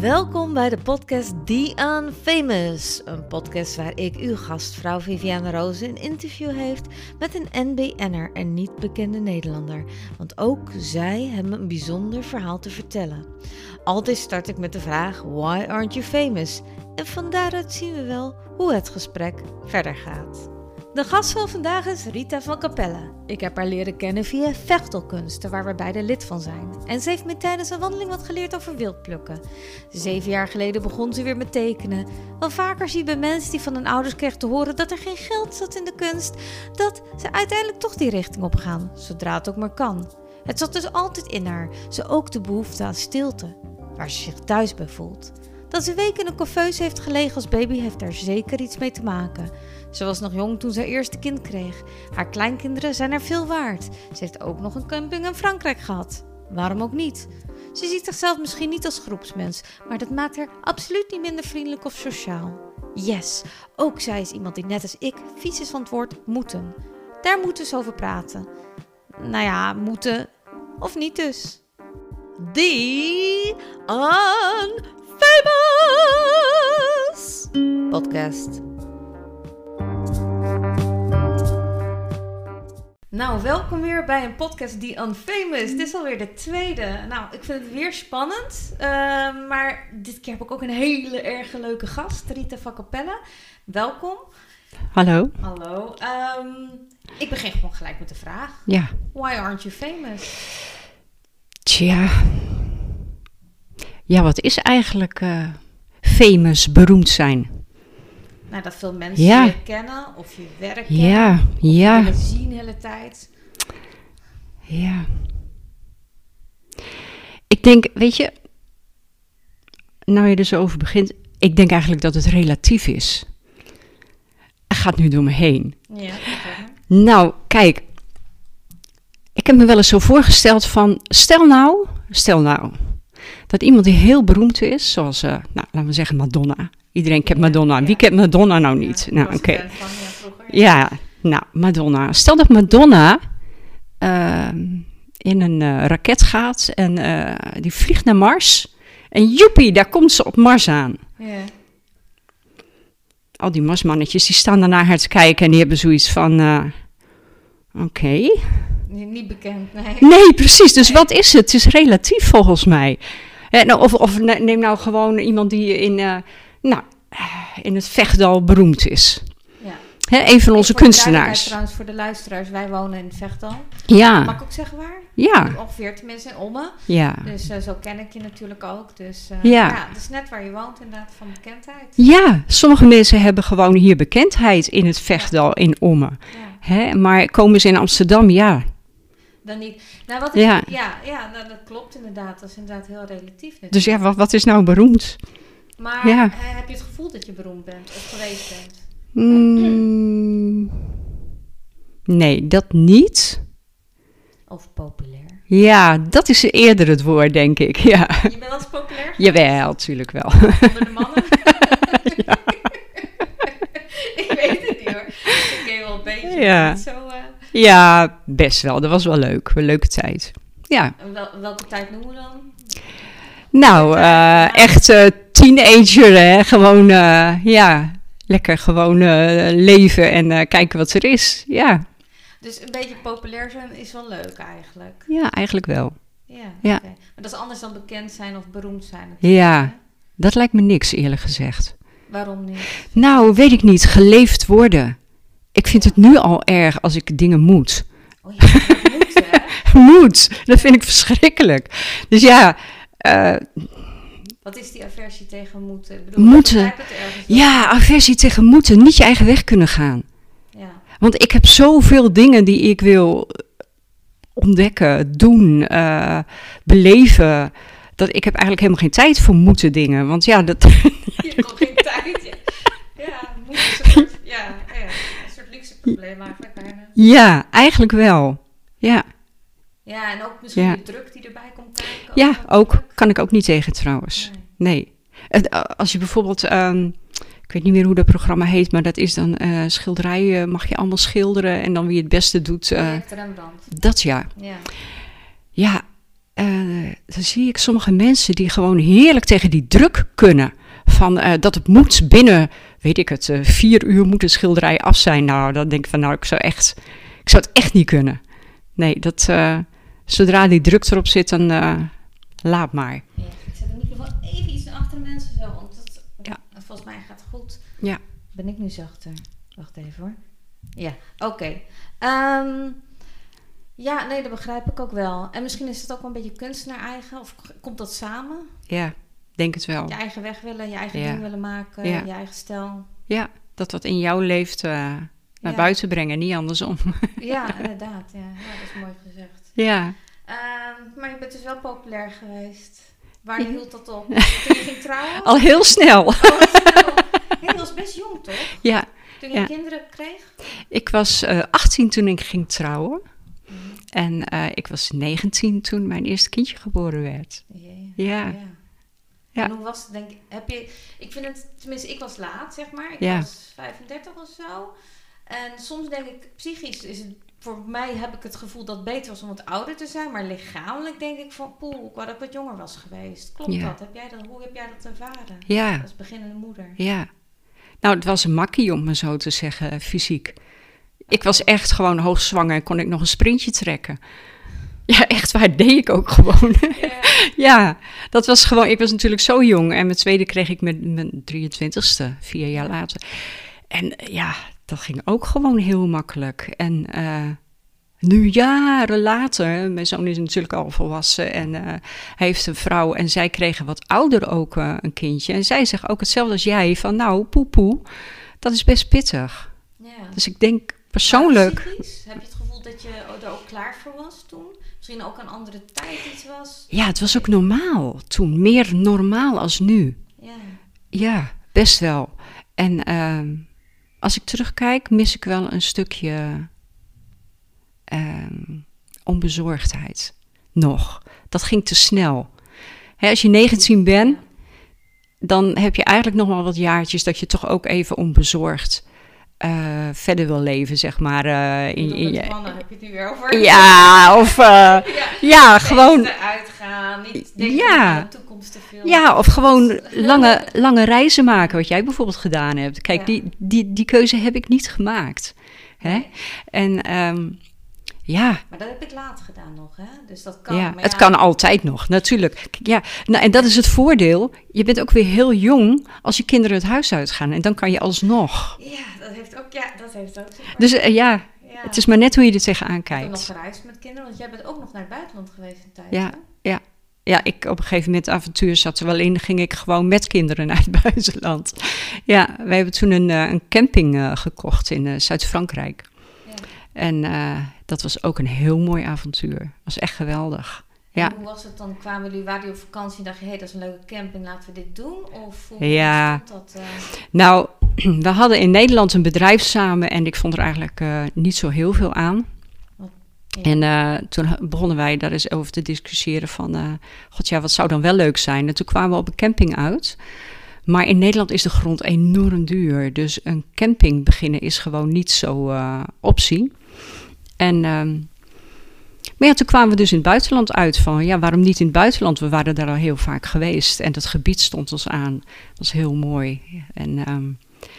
Welkom bij de podcast The Unfamous. Een podcast waar ik, uw gastvrouw Viviane Rozen, een interview heeft met een NBN'er en niet bekende Nederlander. Want ook zij hebben een bijzonder verhaal te vertellen. Altijd start ik met de vraag, why aren't you famous? En van daaruit zien we wel hoe het gesprek verder gaat. De gast van vandaag is Rita van Capelle. Ik heb haar leren kennen via vechtelkunsten, waar we beide lid van zijn. En ze heeft me tijdens een wandeling wat geleerd over wildplukken. 7 jaar geleden begon ze weer met tekenen. Wel vaker zie je bij mensen die van hun ouders kregen te horen dat er geen geld zat in de kunst, dat ze uiteindelijk toch die richting op gaan, zodra het ook maar kan. Het zat dus altijd in haar, zo ook de behoefte aan stilte, waar ze zich thuis bij voelt. Dat ze weken in een couveuse heeft gelegen als baby heeft daar zeker iets mee te maken. Ze was nog jong toen ze haar eerste kind kreeg. Haar kleinkinderen zijn haar veel waard. Ze heeft ook nog een camping in Frankrijk gehad. Waarom ook niet? Ze ziet zichzelf misschien niet als groepsmens, maar dat maakt haar absoluut niet minder vriendelijk of sociaal. Yes, ook zij is iemand die net als ik vies is van het woord moeten. Daar moeten ze over praten. Nou ja, moeten of niet dus. The Unfamous podcast. Nou, welkom weer bij een podcast The Unfamous. Dit is alweer de tweede. Nou, ik vind het weer spannend. Maar dit keer heb ik ook een hele erg leuke gast, Rita van Capelle. Welkom. Hallo. Hallo. Ik begin gewoon gelijk met de vraag. Ja. Why aren't you famous? Tja. Ja, wat is eigenlijk famous, beroemd zijn? Nou, dat veel mensen je kennen of je werk kennen. Ja. Je willen zien de hele tijd. Ja. Ik denk, weet je, nou je er zo over begint, ik denk eigenlijk dat het relatief is. Het gaat nu door me heen. Ja, nou, kijk, ik heb me wel eens zo voorgesteld van, stel nou, dat iemand die heel beroemd is, zoals, laten we zeggen Madonna. Iedereen kent Madonna. Ja. Wie kent Madonna nou niet? Ja, nou, oké. Ja. Nou, Madonna. Stel dat Madonna in een raket gaat en die vliegt naar Mars. En joepie, daar komt ze op Mars aan. Ja. Al die Marsmannetjes, die staan daarna haar te kijken en die hebben zoiets van, oké. Niet bekend, nee. Nee, precies. Dus wat is het? Het is relatief volgens mij. Of neem nou gewoon iemand die in het Vechtdal beroemd is. Ja. Een van onze kunstenaars. Trouwens, voor de luisteraars, wij wonen in het Vechtdal. Ja. Mag ik ook zeggen waar? Ja. Ongeveer tenminste in Ommen. Ja. Dus zo ken ik je natuurlijk ook. Dus het is net waar je woont inderdaad van bekendheid. Ja, sommige mensen hebben gewoon hier bekendheid in het Vechtdal in Ommen. Ja. Maar komen ze in Amsterdam, ja. Dan niet. Nou, wat is, nou, dat klopt inderdaad. Dat is inderdaad heel relatief natuurlijk. Dus ja, wat is nou beroemd? Maar heb je het gevoel dat je beroemd bent of geweest bent? Nee, dat niet. Of populair? Ja, dat is eerder het woord, denk ik. Ja. Je bent wel eens populair? Jawel, natuurlijk wel. Onder de mannen? Ja. Ik weet het niet hoor. Ik ken je wel een beetje. Ja. Zo, Ja, best wel. Dat was wel leuk. Een leuke tijd. Ja. Welke tijd noemen we dan? Nou, echt teenager, hè. Gewoon, lekker gewoon leven en kijken wat er is. Ja. Dus een beetje populair zijn is wel leuk eigenlijk. Ja, eigenlijk wel. Ja. Ja. Okay. Maar dat is anders dan bekend zijn of beroemd zijn natuurlijk. Ja, Hè? dat lijkt me niks eerlijk gezegd. Waarom niet? Nou, weet ik niet. Geleefd worden. Ik vind het nu al erg als ik dingen moet. Oh ja, dat moet hè? Moet, dat vind ik verschrikkelijk. Dus ja... Wat is die aversie tegen moeten? Ik bedoel, moeten. Ja, aversie tegen moeten. Niet je eigen weg kunnen gaan. Ja. Want ik heb zoveel dingen die ik wil ontdekken, doen, beleven. Dat ik heb eigenlijk helemaal geen tijd voor moeten dingen. Want ja, dat... Je hebt gewoon geen tijd. Ja, moeten is een soort luxe probleem eigenlijk bijna. Ja, eigenlijk wel. Ja. Ja, en ook misschien de druk die erbij komt kijken. Ja, ook. Kan ik ook niet tegen trouwens. Nee. Als je bijvoorbeeld... ik weet niet meer hoe dat programma heet, maar dat is dan schilderijen. Mag je allemaal schilderen en dan wie het beste doet. Rembrandt. Dat ja. Ja. Ja, dan zie ik sommige mensen die gewoon heerlijk tegen die druk kunnen. Van dat het moet binnen, weet ik het, 4 uur moet het schilderij af zijn. Nou, dan denk ik van, nou, ik zou het echt niet kunnen. Nee, zodra die druk erop zit, dan laat maar. Ja, ik zet de microfoon even iets naar achter de mensen zo, want volgens mij gaat het goed. Ja. Ben ik nu zachter? Wacht even hoor. Ja, oké. Ja, nee, dat begrijp ik ook wel. En misschien is het ook wel een beetje kunstenaar eigen, of komt dat samen? Ja, denk het wel. Je eigen weg willen, je eigen ding willen maken, je eigen stijl. Ja, dat wat in jou leeft naar buiten brengen, niet andersom. Ja, inderdaad. Ja, dat is mooi gezegd. Ja. Maar je bent dus wel populair geweest. Wanneer hield dat op? Toen je ging trouwen? Al heel snel. Je was best jong, toch? Ja. Toen je kinderen kreeg? Ik was 18 toen ik ging trouwen. En ik was 19 toen mijn eerste kindje geboren werd. Ja. En hoe was het, denk ik? Ik vind het, tenminste, ik was laat, zeg maar. Ik was 35 of zo. En soms denk ik, psychisch is het, voor mij heb ik het gevoel dat het beter was om wat ouder te zijn. Maar lichamelijk denk ik van, ik wou dat ik wat jonger was geweest. Klopt dat? Hoe heb jij dat ervaren? Ja. Als beginnende moeder. Ja. Nou, het was een makkie om me zo te zeggen, fysiek. Ik was echt gewoon hoogzwanger en kon ik nog een sprintje trekken. Ja, echt waar, deed ik ook gewoon. Ja, dat was gewoon, ik was natuurlijk zo jong. En mijn tweede kreeg ik met mijn 23ste, 4 jaar later. En ja, dat ging ook gewoon heel makkelijk. En nu jaren later, mijn zoon is natuurlijk al volwassen en hij heeft een vrouw. En zij kregen wat ouder ook een kindje. En zij zegt ook hetzelfde als jij, van nou, poepoe, dat is best pittig. Ja. Dus ik denk persoonlijk... Heb je het gevoel dat je er ook klaar voor was toen? Misschien ook een andere tijd iets was? Ja, het was ook normaal toen. Meer normaal als nu. Ja, best wel. En als ik terugkijk, mis ik wel een stukje onbezorgdheid. Nog. Dat ging te snel. Hè, als je 19 bent, dan heb je eigenlijk nog wel wat jaartjes dat je toch ook even onbezorgd verder wil leven, zeg maar. Met de mannen heb je het nu weer over. Ja, of gewoon... uitgaan, niet denken aan de toekomst te veel. Ja, of gewoon lange reizen maken, wat jij bijvoorbeeld gedaan hebt. Kijk, die keuze heb ik niet gemaakt. Hè? En maar dat heb ik laat gedaan nog, hè? Dus dat kan. Ja, het kan altijd nog, natuurlijk. Ja, nou, en dat is het voordeel. Je bent ook weer heel jong als je kinderen het huis uitgaan. En dan kan je alsnog. Ja, dat heeft ook. Dus het is maar net hoe je er tegenaan kijkt. Ik heb nog gereisd met kinderen, want jij bent ook nog naar het buitenland geweest een tijd. Ja, ik op een gegeven moment, avontuur zat er wel in, ging ik gewoon met kinderen naar het buitenland. Ja, wij hebben toen een camping gekocht in Zuid-Frankrijk. Ja. En dat was ook een heel mooi avontuur. Dat was echt geweldig. Ja. En hoe was het dan? Waren jullie op vakantie en dacht je, dat is een leuke camping, laten we dit doen? Of hoe stond dat? Nou, we hadden in Nederland een bedrijf samen en ik vond er eigenlijk niet zo heel veel aan. En toen begonnen wij daar eens over te discussiëren van... wat zou dan wel leuk zijn? En toen kwamen we op een camping uit. Maar in Nederland is de grond enorm duur. Dus een camping beginnen is gewoon niet zo optie. En... maar ja, toen kwamen we dus in het buitenland uit van... ja, waarom niet in het buitenland? We waren daar al heel vaak geweest. En dat gebied stond ons aan. Dat was heel mooi. En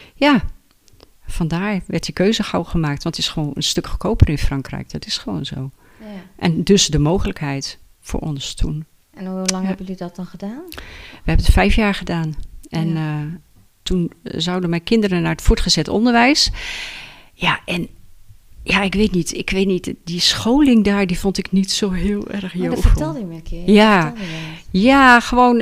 vandaar werd die keuze gauw gemaakt. Want het is gewoon een stuk goedkoper in Frankrijk. Dat is gewoon zo. Ja. En dus de mogelijkheid voor ons toen. En hoe lang hebben jullie dat dan gedaan? We hebben het 5 jaar gedaan. En toen zouden mijn kinderen naar het voortgezet onderwijs. Ja, en... Ja, ik weet niet. Die scholing daar, die vond ik niet zo heel erg jovel. Dat vertelde je me een keer. Ja, gewoon...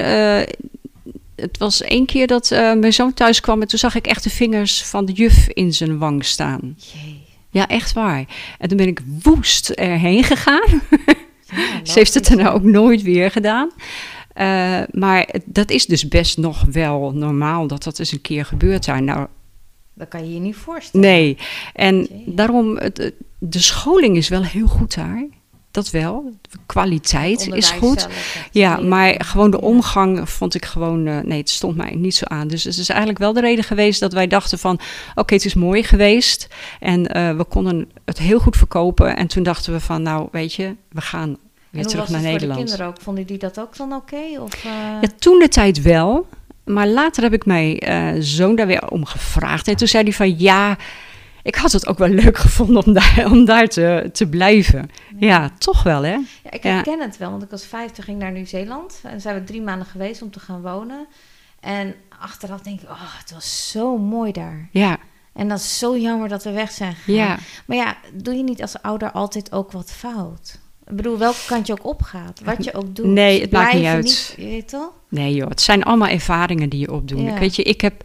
het was 1 keer dat mijn zoon thuis kwam... en toen zag ik echt de vingers van de juf in zijn wang staan. Jee. Ja, echt waar. En toen ben ik woest erheen gegaan. Ze heeft het daarna ook nooit weer gedaan. Maar dat is dus best nog wel normaal... dat eens een keer gebeurt daar. Nou... Dat kan je je niet voorstellen. Nee, en daarom, de scholing is wel heel goed daar. Dat wel. De kwaliteit is goed. Maar gewoon de omgang vond ik gewoon... nee, het stond mij niet zo aan. Dus het is eigenlijk wel de reden geweest dat wij dachten van... Oké, het is mooi geweest. En we konden het heel goed verkopen. En toen dachten we van, nou, weet je, we gaan weer terug naar Nederland. En hoe was het voor de kinderen ook? Vonden die dat ook dan oké? Ja, toen de tijd wel. Maar later heb ik mijn zoon daar weer om gevraagd. En toen zei hij van ja, ik had het ook wel leuk gevonden om daar te blijven. Ja, toch wel hè? Ja, ik herken het wel, want ik was 50, ging naar Nieuw-Zeeland. En zijn we 3 maanden geweest om te gaan wonen. En achteraf denk ik, het was zo mooi daar. Ja. En dat is zo jammer dat we weg zijn gegaan. Ja. Maar ja, doe je niet als ouder altijd ook wat fout? Ik bedoel, welke kant je ook opgaat, wat je ook doet. Nee, het maakt niet uit. Je weet toch? Nee joh, het zijn allemaal ervaringen die je opdoet. Ja. Weet je,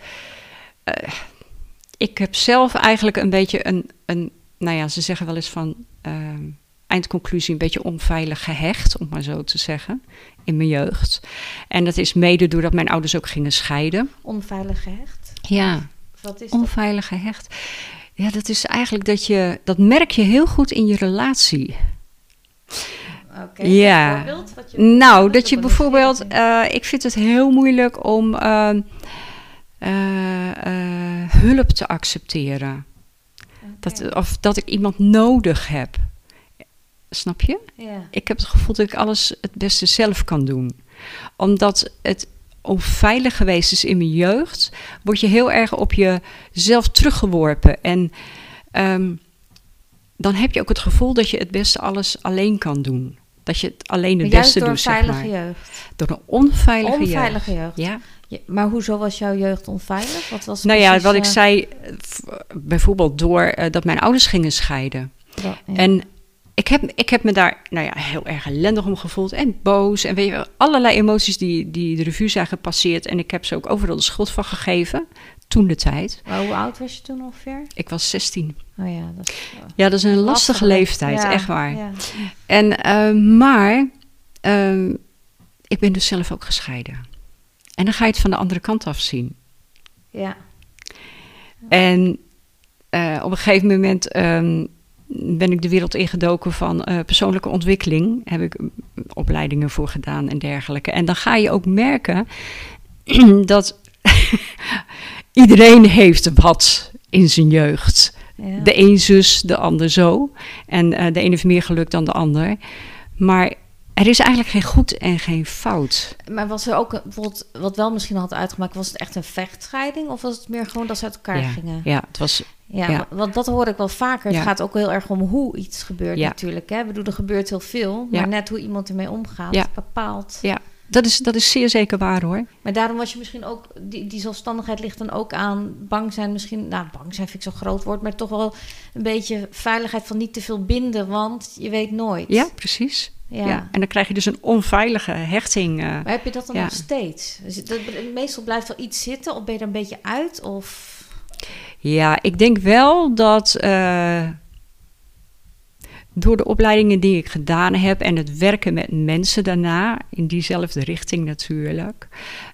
ik heb zelf eigenlijk een beetje een nou ja, ze zeggen wel eens van eindconclusie een beetje onveilig gehecht, om maar zo te zeggen, in mijn jeugd. En dat is mede doordat mijn ouders ook gingen scheiden. Onveilig gehecht? Ja, wat is onveilig gehecht. Ja, dat is eigenlijk dat merk je heel goed in je relatie. Okay, ja. Voorbeeld, wat nou, dat je bijvoorbeeld, ik vind het heel moeilijk om hulp te accepteren. Okay. Of dat ik iemand nodig heb. Snap je? Ja. Ik heb het gevoel dat ik alles het beste zelf kan doen. Omdat het onveilig geweest is in mijn jeugd, word je heel erg op jezelf teruggeworpen. En dan heb je ook het gevoel dat je het beste alles alleen kan doen. Dat je het alleen het beste doet, zeg maar. Door een veilige jeugd? Door een onveilige jeugd? Ja. Maar hoezo was jouw jeugd onveilig? Wat was nou ja, wat ik zei, bijvoorbeeld door dat mijn ouders gingen scheiden. Ja. En ik heb me daar heel erg ellendig om gevoeld en boos. En weet je, allerlei emoties die de revue zijn gepasseerd. En ik heb ze ook overal de schuld van gegeven, toen de tijd. Maar hoe oud was je toen ongeveer? Ik was 16. Oh ja, dat is een lastige leeftijd, echt waar. Ja. En, maar ik ben dus zelf ook gescheiden. En dan ga je het van de andere kant af zien. Ja. En op een gegeven moment ben ik de wereld ingedoken van persoonlijke ontwikkeling. Heb ik opleidingen voor gedaan en dergelijke. En dan ga je ook merken dat iedereen heeft wat in zijn jeugd. Ja. De een zus, de ander zo. En de ene heeft meer geluk dan de ander. Maar er is eigenlijk geen goed en geen fout. Maar was er ook bijvoorbeeld, wat wel misschien had uitgemaakt, was het echt een vechtscheiding? Of was het meer gewoon dat ze uit elkaar gingen? Ja, het was. Ja, want dat hoor ik wel vaker. Het gaat ook heel erg om hoe iets gebeurt natuurlijk. Hè? Ik bedoel, er gebeurt heel veel. Maar net hoe iemand ermee omgaat, bepaalt. Ja, dat is zeer zeker waar hoor. Maar daarom was je misschien ook, die zelfstandigheid ligt dan ook aan bang zijn misschien. Nou, bang zijn vind ik zo'n groot woord. Maar toch wel een beetje veiligheid van niet te veel binden. Want je weet nooit. Ja, precies. Ja. En dan krijg je dus een onveilige hechting. Maar heb je dat dan nog steeds? Dus meestal blijft wel iets zitten. Of ben je er een beetje uit? Of... Ja, ik denk wel dat door de opleidingen die ik gedaan heb en het werken met mensen daarna, in diezelfde richting natuurlijk,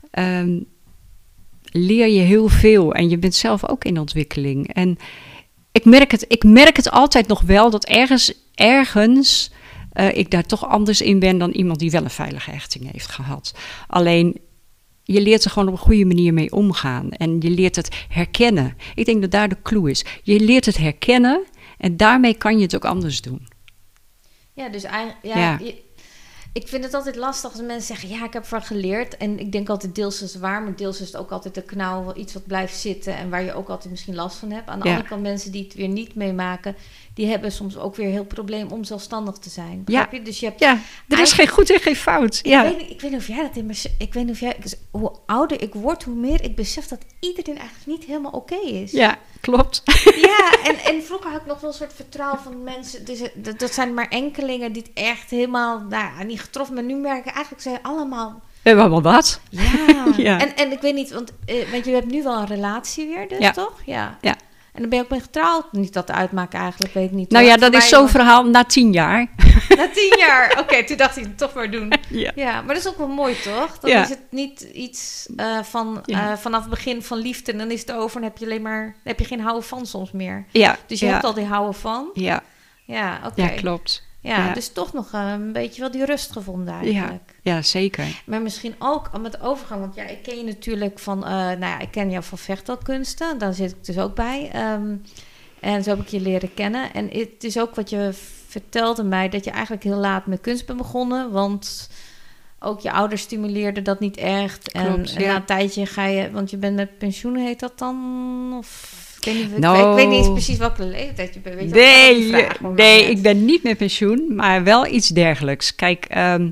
leer je heel veel. En je bent zelf ook in ontwikkeling. En ik merk het altijd nog wel dat ergens ik daar toch anders in ben dan iemand die wel een veilige hechting heeft gehad. Alleen, je leert er gewoon op een goede manier mee omgaan. En je leert het herkennen. Ik denk dat daar de clue is. Je leert het herkennen en daarmee kan je het ook anders doen. Ja, dus eigenlijk... Ik vind het altijd lastig als mensen zeggen, ja, ik heb ervan geleerd. En ik denk altijd deels is het waar, maar deels is het ook altijd de knauw, iets wat blijft zitten en waar je ook altijd misschien last van hebt. Aan de andere kant, mensen die het weer niet meemaken, die hebben soms ook weer heel probleem om zelfstandig te zijn. Begrijp je? Dus je hebt er is geen goed en geen fout. Ik weet niet of jij dat ik weet niet of jij... Hoe ouder ik word, hoe meer ik besef dat iedereen eigenlijk niet helemaal oké is. Ja, klopt. Ja, en vroeger had ik nog wel een soort vertrouwen van mensen. Dus dat zijn maar enkelingen die het echt helemaal niet getroffen. Maar nu merk ik eigenlijk, ze allemaal... We hebben allemaal wat. Ja. En ik weet niet, want je hebt nu wel een relatie weer, dus toch? Ja. En dan ben je ook mee getrouwd. Niet dat uitmaken eigenlijk, weet ik niet. Nou ja, dat is zo'n verhaal na 10 jaar. Na 10 jaar? Oké, toen dacht ik het toch maar doen. Ja, maar dat is ook wel mooi, toch? Dan is het niet iets vanaf het begin van liefde en dan is het over en heb je geen houden van soms meer. Ja. Dus je hebt al die houden van. Ja. Ja, oké. Ja, klopt. Ja, dus toch nog een beetje wel die rust gevonden eigenlijk. Ja, zeker. Maar misschien ook met overgang. Want ik ken je natuurlijk van... ik ken jou van vechtbalkunsten. Daar zit ik dus ook bij. En zo heb ik je leren kennen. En het is ook wat je vertelde mij dat je eigenlijk heel laat met kunst bent begonnen, want ook je ouders stimuleerden dat niet echt. Klopt, en na een tijdje ga je, want je bent met pensioen, heet dat dan? Of ik weet niet, Nou, ik weet niet eens precies welke leeftijd je bent. Weet je nee, ik ben niet met pensioen, maar wel iets dergelijks. Kijk,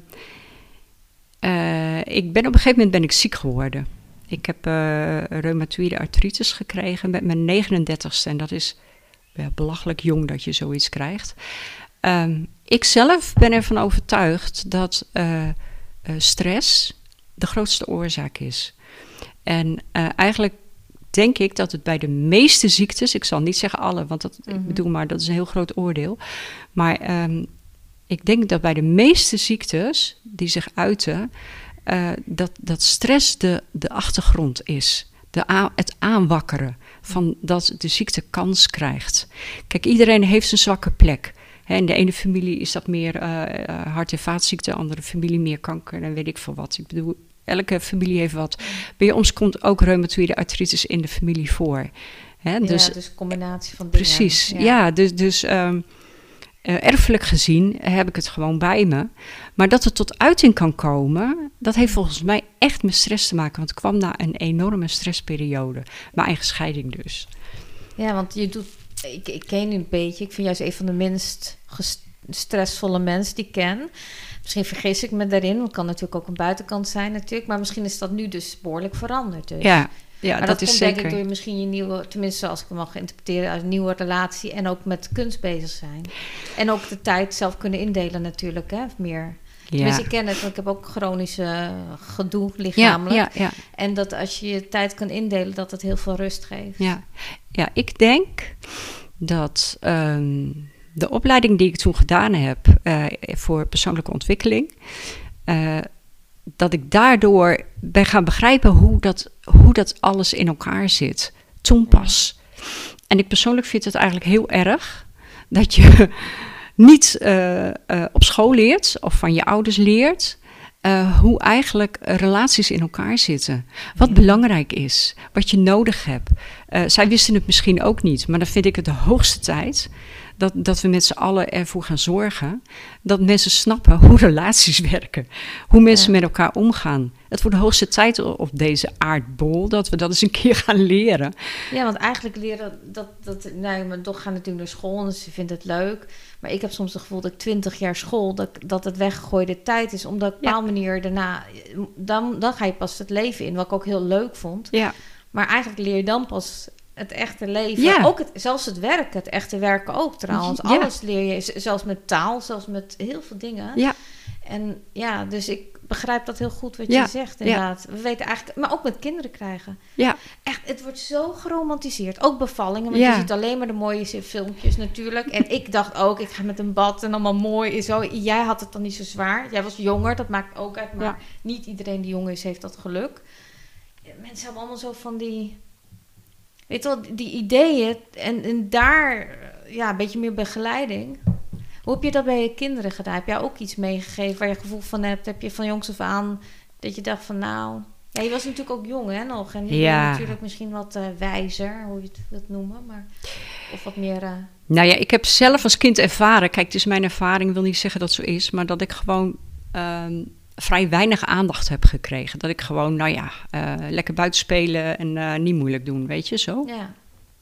op een gegeven moment ben ik ziek geworden. Ik heb reumatoïde artritis gekregen met mijn 39ste. En dat is belachelijk jong dat je zoiets krijgt. Ik zelf ben ervan overtuigd dat stress de grootste oorzaak is. En eigenlijk denk ik dat het bij de meeste ziektes, ik zal niet zeggen alle, want ik bedoel maar, dat is een heel groot oordeel. Maar ik denk dat bij de meeste ziektes die zich uiten, dat stress de achtergrond is. Het aanwakkeren van dat de ziekte kans krijgt. Kijk, iedereen heeft zijn zwakke plek. In de ene familie is dat meer hart- en vaatziekte, de andere familie meer kanker en weet ik veel wat. Ik bedoel, elke familie heeft wat. Bij ons komt ook reumatoïde artritis in de familie voor. Dus een combinatie van dingen. Precies, dus erfelijk gezien heb ik het gewoon bij me. Maar dat het tot uiting kan komen, dat heeft volgens mij echt met stress te maken. Want het kwam na een enorme stressperiode. Mijn eigen scheiding dus. Ja, want je doet... Ik ken je een beetje. Ik vind juist een van de minst stressvolle mensen die ik ken. Misschien vergis ik me daarin. Want het kan natuurlijk ook een buitenkant zijn natuurlijk. Maar misschien is dat nu dus behoorlijk veranderd. Dus. Ja, maar dat is komt zeker. Denk ik door misschien je nieuwe... Tenminste, als ik het mag interpreteren als een nieuwe relatie. En ook met kunst bezig zijn. En ook de tijd zelf kunnen indelen natuurlijk. Hè, meer... Ja. Tenminste, ik ken het, want ik heb ook chronische gedoe lichamelijk. Ja. En dat als je je tijd kan indelen, dat het heel veel rust geeft. Ja, ik denk dat de opleiding die ik toen gedaan heb voor persoonlijke ontwikkeling, dat ik daardoor ben gaan begrijpen hoe dat alles in elkaar zit. Toen pas. En ik persoonlijk vind het eigenlijk heel erg dat je niet op school leert of van je ouders leert hoe eigenlijk relaties in elkaar zitten. Wat belangrijk is, wat je nodig hebt. Zij wisten het misschien ook niet, maar dan vind ik het de hoogste tijd dat we met z'n allen ervoor gaan zorgen dat mensen snappen hoe relaties werken. Hoe mensen met elkaar omgaan. Het wordt de hoogste tijd op deze aardbol dat we dat eens een keer gaan leren. Ja, want eigenlijk leren mijn dochter gaat natuurlijk naar school en ze vindt het leuk. Maar ik heb soms het gevoel dat 20 jaar school, dat het weggegooide tijd is. Omdat op een bepaalde manier daarna, dan ga je pas het leven in, wat ik ook heel leuk vond. Ja. Maar eigenlijk leer je dan pas het echte leven. Ja. Ook zelfs het werken, het echte werken ook trouwens. Ja. Alles leer je, zelfs met taal, zelfs met heel veel dingen. Ja. En ja, dus ik begrijp dat heel goed wat je zegt inderdaad. We weten eigenlijk, maar ook met kinderen krijgen. Ja. Echt, het wordt zo geromantiseerd. Ook bevallingen, want je ziet alleen maar de mooie filmpjes natuurlijk. En ik dacht ook, ik ga met een bad en allemaal mooi. Zo. Jij had het dan niet zo zwaar. Jij was jonger, dat maakt ook uit. Maar niet iedereen die jong is, heeft dat geluk. Mensen hebben allemaal zo van die... Weet je wel, die ideeën en daar een beetje meer begeleiding. Hoe heb je dat bij je kinderen gedaan? Heb jij ook iets meegegeven waar je gevoel van hebt? Heb je van jongs af aan dat je dacht van nou... Ja, je was natuurlijk ook jong hè nog. En je bent natuurlijk misschien wat wijzer, hoe je het wilt noemen. Maar, of wat meer... Nou ja, ik heb zelf als kind ervaren... Kijk, het is mijn ervaring, wil niet zeggen dat het zo is... maar dat ik gewoon... vrij weinig aandacht heb gekregen. Dat ik gewoon, lekker buiten spelen en niet moeilijk doen, weet je, zo. Ja.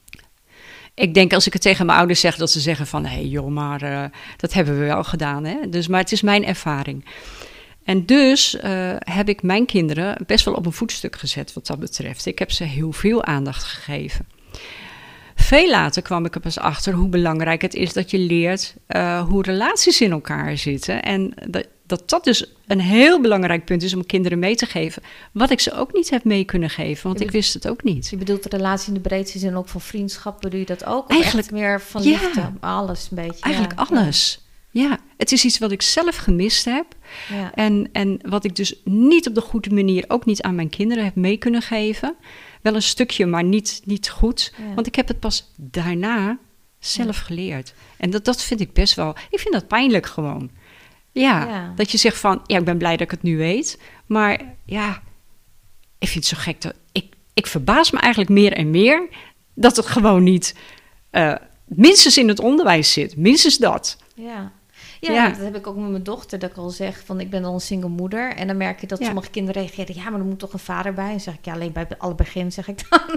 Ik denk als ik het tegen mijn ouders zeg, dat ze zeggen van... hé joh, maar dat hebben we wel gedaan, hè. Dus, maar het is mijn ervaring. En dus heb ik mijn kinderen best wel op een voetstuk gezet wat dat betreft. Ik heb ze heel veel aandacht gegeven. Veel later kwam ik er pas achter hoe belangrijk het is dat je leert hoe relaties in elkaar zitten. En dat dus een heel belangrijk punt is om kinderen mee te geven. Wat ik ze ook niet heb mee kunnen geven, want ik wist het ook niet. Je bedoelt de relatie in de breedste zin ook van vriendschap, bedoel je dat ook? Eigenlijk meer van liefde, alles een beetje. Eigenlijk alles. Ja, het is iets wat ik zelf gemist heb. Ja. En wat ik dus niet op de goede manier, ook niet aan mijn kinderen heb mee kunnen geven. Wel een stukje, maar niet goed. Ja. Want ik heb het pas daarna zelf geleerd. En dat vind ik best wel... Ik vind dat pijnlijk gewoon. Ja, dat je zegt van... Ja, ik ben blij dat ik het nu weet. Maar ja, ik vind het zo gek. Ik verbaas me eigenlijk meer en meer... dat het gewoon niet... minstens in het onderwijs zit. Minstens dat. Ja. Ja. Dat heb ik ook met mijn dochter, dat ik al zeg van ik ben al een single moeder. En dan merk je dat sommige kinderen reageren, ja, maar er moet toch een vader bij. En dan zeg ik, ja, alleen bij alle begin zeg ik dan.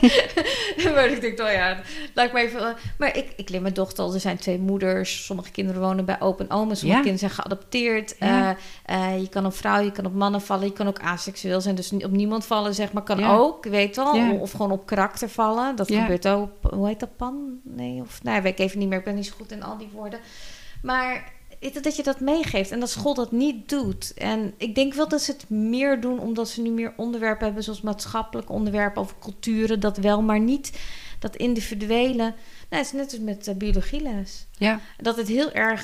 Maar ik denk, laat ik maar even... Maar ik leer mijn dochter al, er zijn 2 moeders. Sommige kinderen wonen bij opa en oma. Sommige kinderen zijn geadopteerd. Ja. Je kan op vrouwen, je kan op mannen vallen. Je kan ook aseksueel zijn, dus op niemand vallen, zeg maar. Kan ook, weet wel. Ja. Of gewoon op karakter vallen. Dat gebeurt ook. Hoe heet dat, pan? Nee, of... Nou, weet ik even niet meer. Ik ben niet zo goed in al die woorden. Maar dat je dat meegeeft en dat school dat niet doet. En ik denk wel dat ze het meer doen omdat ze nu meer onderwerpen hebben, zoals maatschappelijke onderwerpen over culturen, dat wel, maar niet dat individuele. Nou, het is net als met biologieles. Ja. Dat het heel erg,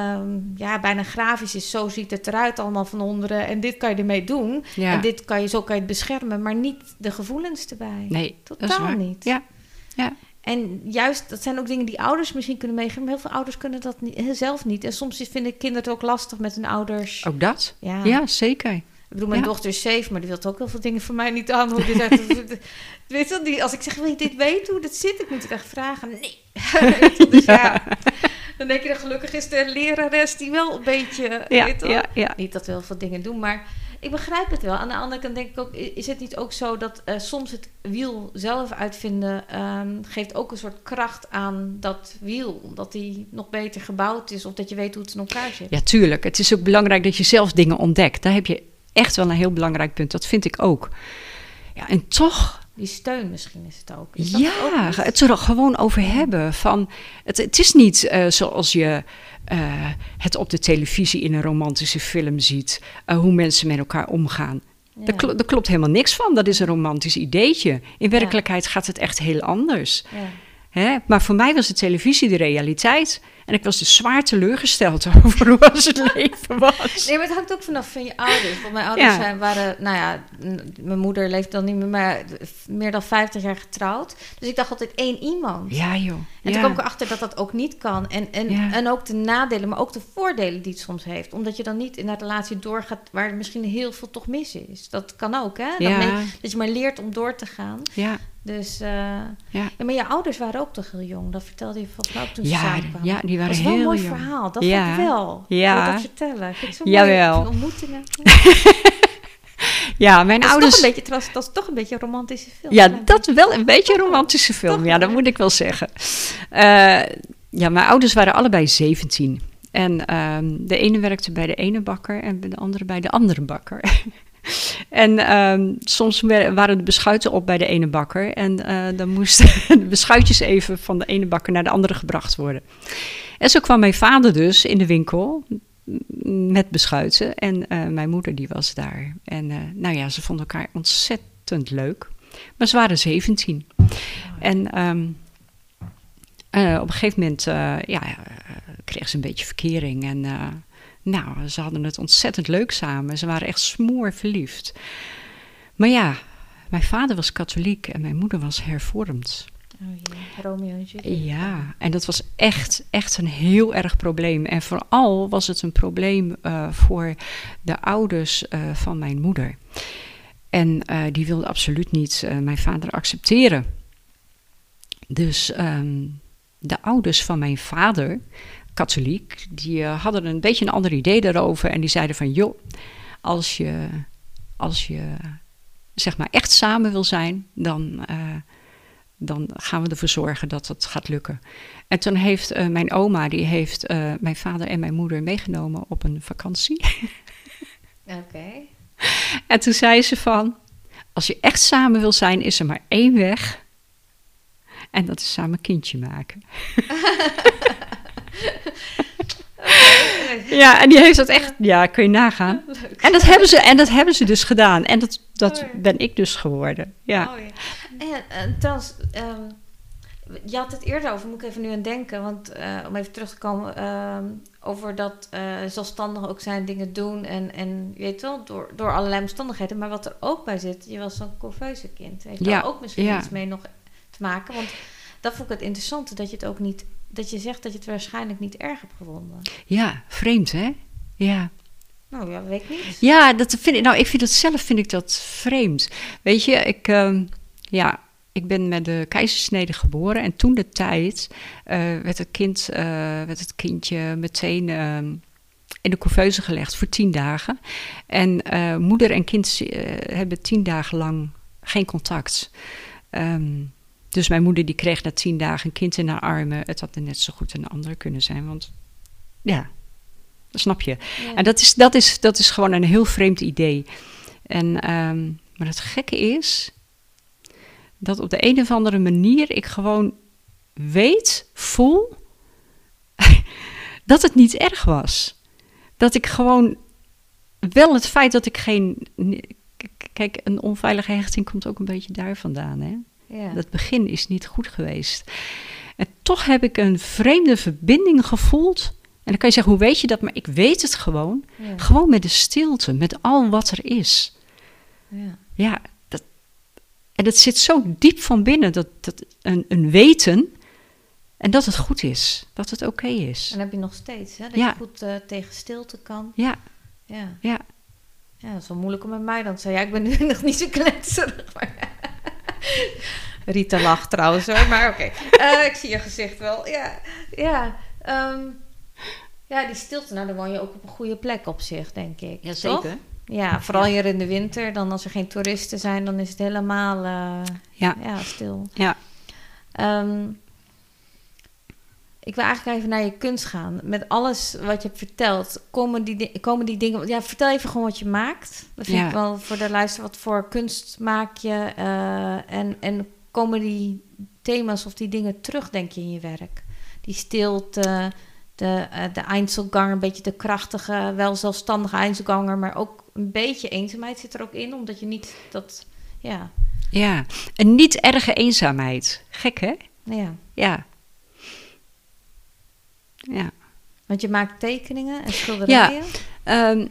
bijna grafisch is. Zo ziet het eruit allemaal van onderen. En dit kan je ermee doen. Ja. En zo kan je het beschermen, maar niet de gevoelens erbij. Nee, totaal niet. Ja. Ja. En juist, dat zijn ook dingen die ouders misschien kunnen meegeven, maar heel veel ouders kunnen dat zelf niet. En soms vinden kinderen het ook lastig met hun ouders. Ook dat? Ja, Ja, zeker. Ik bedoel, mijn dochter is 7, maar die wil ook heel veel dingen van mij niet aan. Hoe die zegt, weet je wel, als ik zeg, wil je dit weten hoe dat zit? Ik moet het echt vragen. Nee. Dus ja, dan denk je dat gelukkig is de lerares die wel een beetje... Ja. Niet dat we heel veel dingen doen, maar... Ik begrijp het wel. Aan de andere kant denk ik ook, is het niet ook zo dat soms het wiel zelf uitvinden geeft ook een soort kracht aan dat wiel, omdat die nog beter gebouwd is of dat je weet hoe het in elkaar zit. Ja, tuurlijk. Het is ook belangrijk dat je zelf dingen ontdekt. Daar heb je echt wel een heel belangrijk punt. Dat vind ik ook. Ja, en toch... Die steun misschien is het ook. Het er gewoon over hebben. Van, het is niet zoals je het op de televisie in een romantische film ziet. Hoe mensen met elkaar omgaan. Ja. Daar klopt helemaal niks van. Dat is een romantisch ideetje. In werkelijkheid gaat het echt heel anders. Ja. Hè? Maar voor mij was de televisie de realiteit. En ik was dus zwaar teleurgesteld over hoe het leven was. Nee, maar het hangt ook vanaf van je ouders. Want mijn ouders waren, mijn moeder leeft dan niet meer, maar meer dan 50 jaar getrouwd. Dus ik dacht altijd 1 iemand. Ja, joh. En toen kwam ik erachter dat dat ook niet kan. En ook de nadelen, maar ook de voordelen die het soms heeft. Omdat je dan niet in een relatie doorgaat waar misschien heel veel toch mis is. Dat kan ook, hè? Dat je maar leert om door te gaan. Ja. Dus, maar je ouders waren ook toch heel jong. Dat vertelde je volgens mij ook toen ze samenkwamen. Ja, die waren heel jong. Dat is wel een mooi verhaal. Dat vond ik wel. Ja. Ik wil dat vertellen. Vind ik zo Jawel. mooi. Ontmoetingen. Ja, mijn ouders... Dat is toch een beetje een romantische film. Ja, dat is wel een beetje een romantische film. Ja, dat moet ik wel zeggen. Mijn ouders waren allebei 17. En de ene werkte bij de ene bakker en de andere bij de andere bakker. En soms waren de beschuiten op bij de ene bakker. En dan moesten de beschuitjes even van de ene bakker naar de andere gebracht worden. En zo kwam mijn vader dus in de winkel met beschuiten. En mijn moeder die was daar. En ze vonden elkaar ontzettend leuk. Maar ze waren 17. En op een gegeven moment kreeg ze een beetje verkering. En ze hadden het ontzettend leuk samen. Ze waren echt smoorverliefd. Maar ja, mijn vader was katholiek en mijn moeder was hervormd. Oh ja, Romeo en Juliet. Ja, en dat was echt een heel erg probleem. En vooral was het een probleem voor de ouders van mijn moeder. En die wilden absoluut niet mijn vader accepteren. Dus de ouders van mijn vader, katholiek, die hadden een beetje een ander idee daarover. En die zeiden van, joh, als je zeg maar echt samen wil zijn, dan gaan we ervoor zorgen dat het gaat lukken. En toen heeft mijn oma, die heeft mijn vader en mijn moeder meegenomen op een vakantie. Oké. En toen zei ze van, als je echt samen wil zijn, is er maar 1 weg. En dat is samen kindje maken. Ja, en die heeft dat echt, kun je nagaan. Leuk. En dat hebben ze dus gedaan. En dat ben ik dus geworden. Ja. En trouwens, je had het eerder over, moet ik even nu aan denken, want om even terug te komen over dat zelfstandig ook zijn, dingen doen en je weet wel, door allerlei omstandigheden. Maar wat er ook bij zit, je was zo'n corveuze kind. Heeft daar ook misschien iets mee nog te maken? Want dat vond ik het interessante, dat je het ook niet, dat je zegt dat je het waarschijnlijk niet erg hebt gevonden. Ja, vreemd hè? Ja. Nou ja, weet ik niet. Ja, ik vind dat zelf dat vreemd. Weet je, ik ben met de keizersnede geboren en toen de tijd werd het kindje meteen in de couveuse gelegd voor 10 dagen. En moeder en kind hebben 10 dagen lang geen contact. Dus mijn moeder die kreeg na 10 dagen een kind in haar armen. Het had net zo goed een ander kunnen zijn, want ja, dat snap je. Ja. En dat is gewoon een heel vreemd idee. En, maar het gekke is dat op de een of andere manier ik gewoon voel dat het niet erg was. Dat ik gewoon wel het feit dat ik geen... Kijk, een onveilige hechting komt ook een beetje daar vandaan, hè? Ja. Dat begin is niet goed geweest. En toch heb ik een vreemde verbinding gevoeld. En dan kan je zeggen, hoe weet je dat? Maar ik weet het gewoon. Ja. Gewoon met de stilte, met al wat er is. Ja, en dat zit zo diep van binnen, dat een weten en dat het goed is, dat het oké is. En dat heb je nog steeds, hè? Dat je goed tegen stilte kan. Ja. Ja, dat is wel moeilijk om met mij dan te zeggen. Ja, ik ben nu nog niet zo kletserig. Maar Rita lacht trouwens hoor, maar oké. Ik zie je gezicht wel. Ja, die stilte, nou dan woon je ook op een goede plek op zich, denk ik. Ja, zeker. Toch? Ja, vooral hier in de winter, dan als er geen toeristen zijn, dan is het helemaal stil. Ja. Ik wil eigenlijk even naar je kunst gaan. Met alles wat je hebt verteld, komen die dingen... Ja, vertel even gewoon wat je maakt. Dat vind ik wel voor de luisteraar. Wat voor kunst maak je? En komen die thema's of die dingen terug, denk je, in je werk? Die stilte, de Einzelganger, een beetje de krachtige, wel zelfstandige Einzelganger, maar ook een beetje eenzaamheid zit er ook in, omdat je niet dat... Ja, een niet erge eenzaamheid. Gek, hè? Ja. Want je maakt tekeningen en schilderijen? Ja,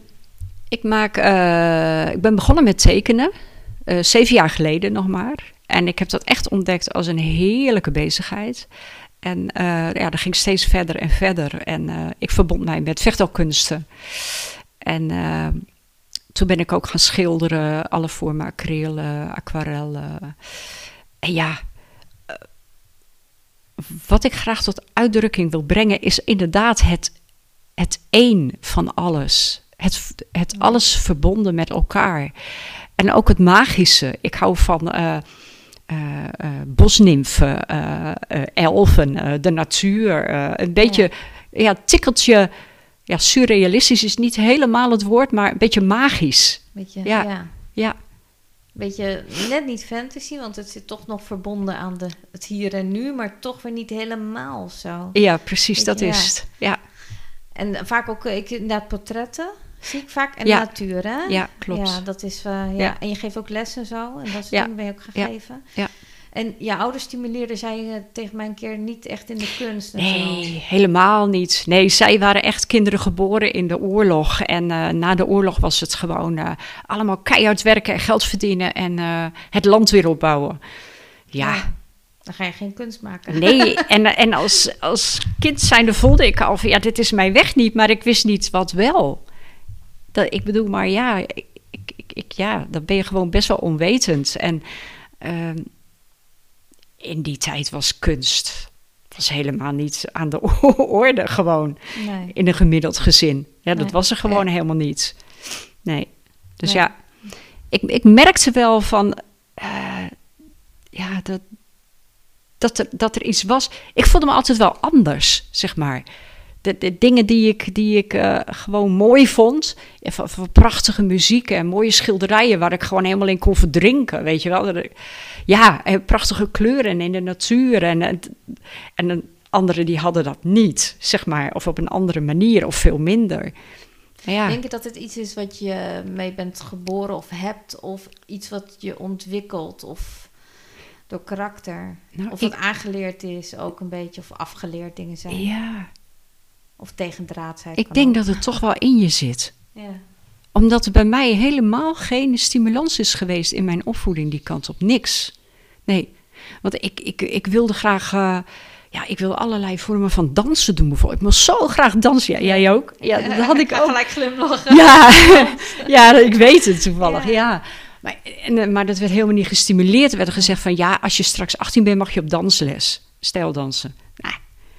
ik ben begonnen met tekenen, 7 jaar geleden nog maar. En ik heb dat echt ontdekt als een heerlijke bezigheid. En dat ging steeds verder en verder. En ik verbond mij met vechttelkunsten. En toen ben ik ook gaan schilderen, alle vormen, acrylen, aquarellen. En wat ik graag tot uitdrukking wil brengen is inderdaad het één van alles. Het alles verbonden met elkaar. En ook het magische. Ik hou van bosnimfen, elfen, de natuur. Een beetje, tikkeltje... Ja, surrealistisch is niet helemaal het woord, maar een beetje magisch. Beetje net niet fantasy, want het zit toch nog verbonden aan het hier en nu, maar toch weer niet helemaal zo. Ja, precies, dat is het. Ja. En vaak ook, inderdaad portretten zie ik vaak en natuur, hè? Ja, klopt. Ja, dat is, En je geeft ook les en zo, en dat soort dingen ben je ook gegeven. Ja. En je ouders stimuleerden, zei je tegen mij een keer, niet echt in de kunst? Nee, helemaal niet. Nee, zij waren echt kinderen geboren in de oorlog. En na de oorlog was het gewoon allemaal keihard werken en geld verdienen en het land weer opbouwen. Ja. Dan ga je geen kunst maken. Nee, en als kind zijnde voelde ik al van, dit is mijn weg niet, maar ik wist niet wat wel. Ik bedoel, maar dan ben je gewoon best wel onwetend. En... in die tijd was kunst helemaal niet aan de orde gewoon. Nee. In een gemiddeld gezin. Ja, dat was er gewoon helemaal niet. Nee. Dus ik merkte wel van... dat er iets was. Ik voelde me altijd wel anders, zeg maar. De dingen die ik gewoon mooi vond. Van prachtige muziek en mooie schilderijen waar ik gewoon helemaal in kon verdrinken, weet je wel. Ja, en prachtige kleuren in de natuur. En anderen die hadden dat niet, zeg maar. Of op een andere manier of veel minder. Ja. Denk je dat het iets is wat je mee bent geboren of hebt? Of iets wat je ontwikkelt of door karakter? Of het aangeleerd is ook een beetje of afgeleerd dingen zijn? Ja. Of tegendraadsheid. Ik denk dat het toch wel in je zit. Ja. Omdat er bij mij helemaal geen stimulans is geweest in mijn opvoeding die kant op. Niks. Nee. Want ik wilde graag... ik wilde allerlei vormen van dansen doen bijvoorbeeld. Ik moest zo graag dansen. Ja, jij ook? Ja, dat had ik ook. Gelijk glimlachen. Ja, ik weet het toevallig. Ja. Maar dat werd helemaal niet gestimuleerd. Er werd gezegd van, ja, als je straks 18 bent, mag je op dansles. Stijldansen. Nou,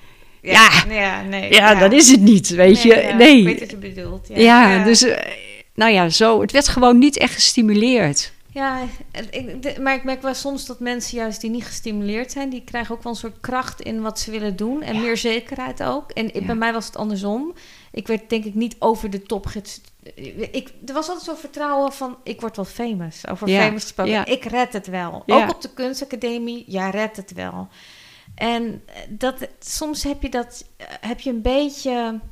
dat is het niet, weet je. Nee. Ik weet wat je bedoelt. Dus, zo. Het werd gewoon niet echt gestimuleerd. Ja, maar ik merk wel soms dat mensen juist die niet gestimuleerd zijn, die krijgen ook wel een soort kracht in wat ze willen doen. En meer zekerheid ook. En bij mij was het andersom. Ik werd denk ik niet over de top. Er was altijd zo'n vertrouwen van, ik word wel famous. Over famous gesproken. Ja. Ik red het wel. Ja. Ook op de kunstacademie, redt het wel. En soms heb je een beetje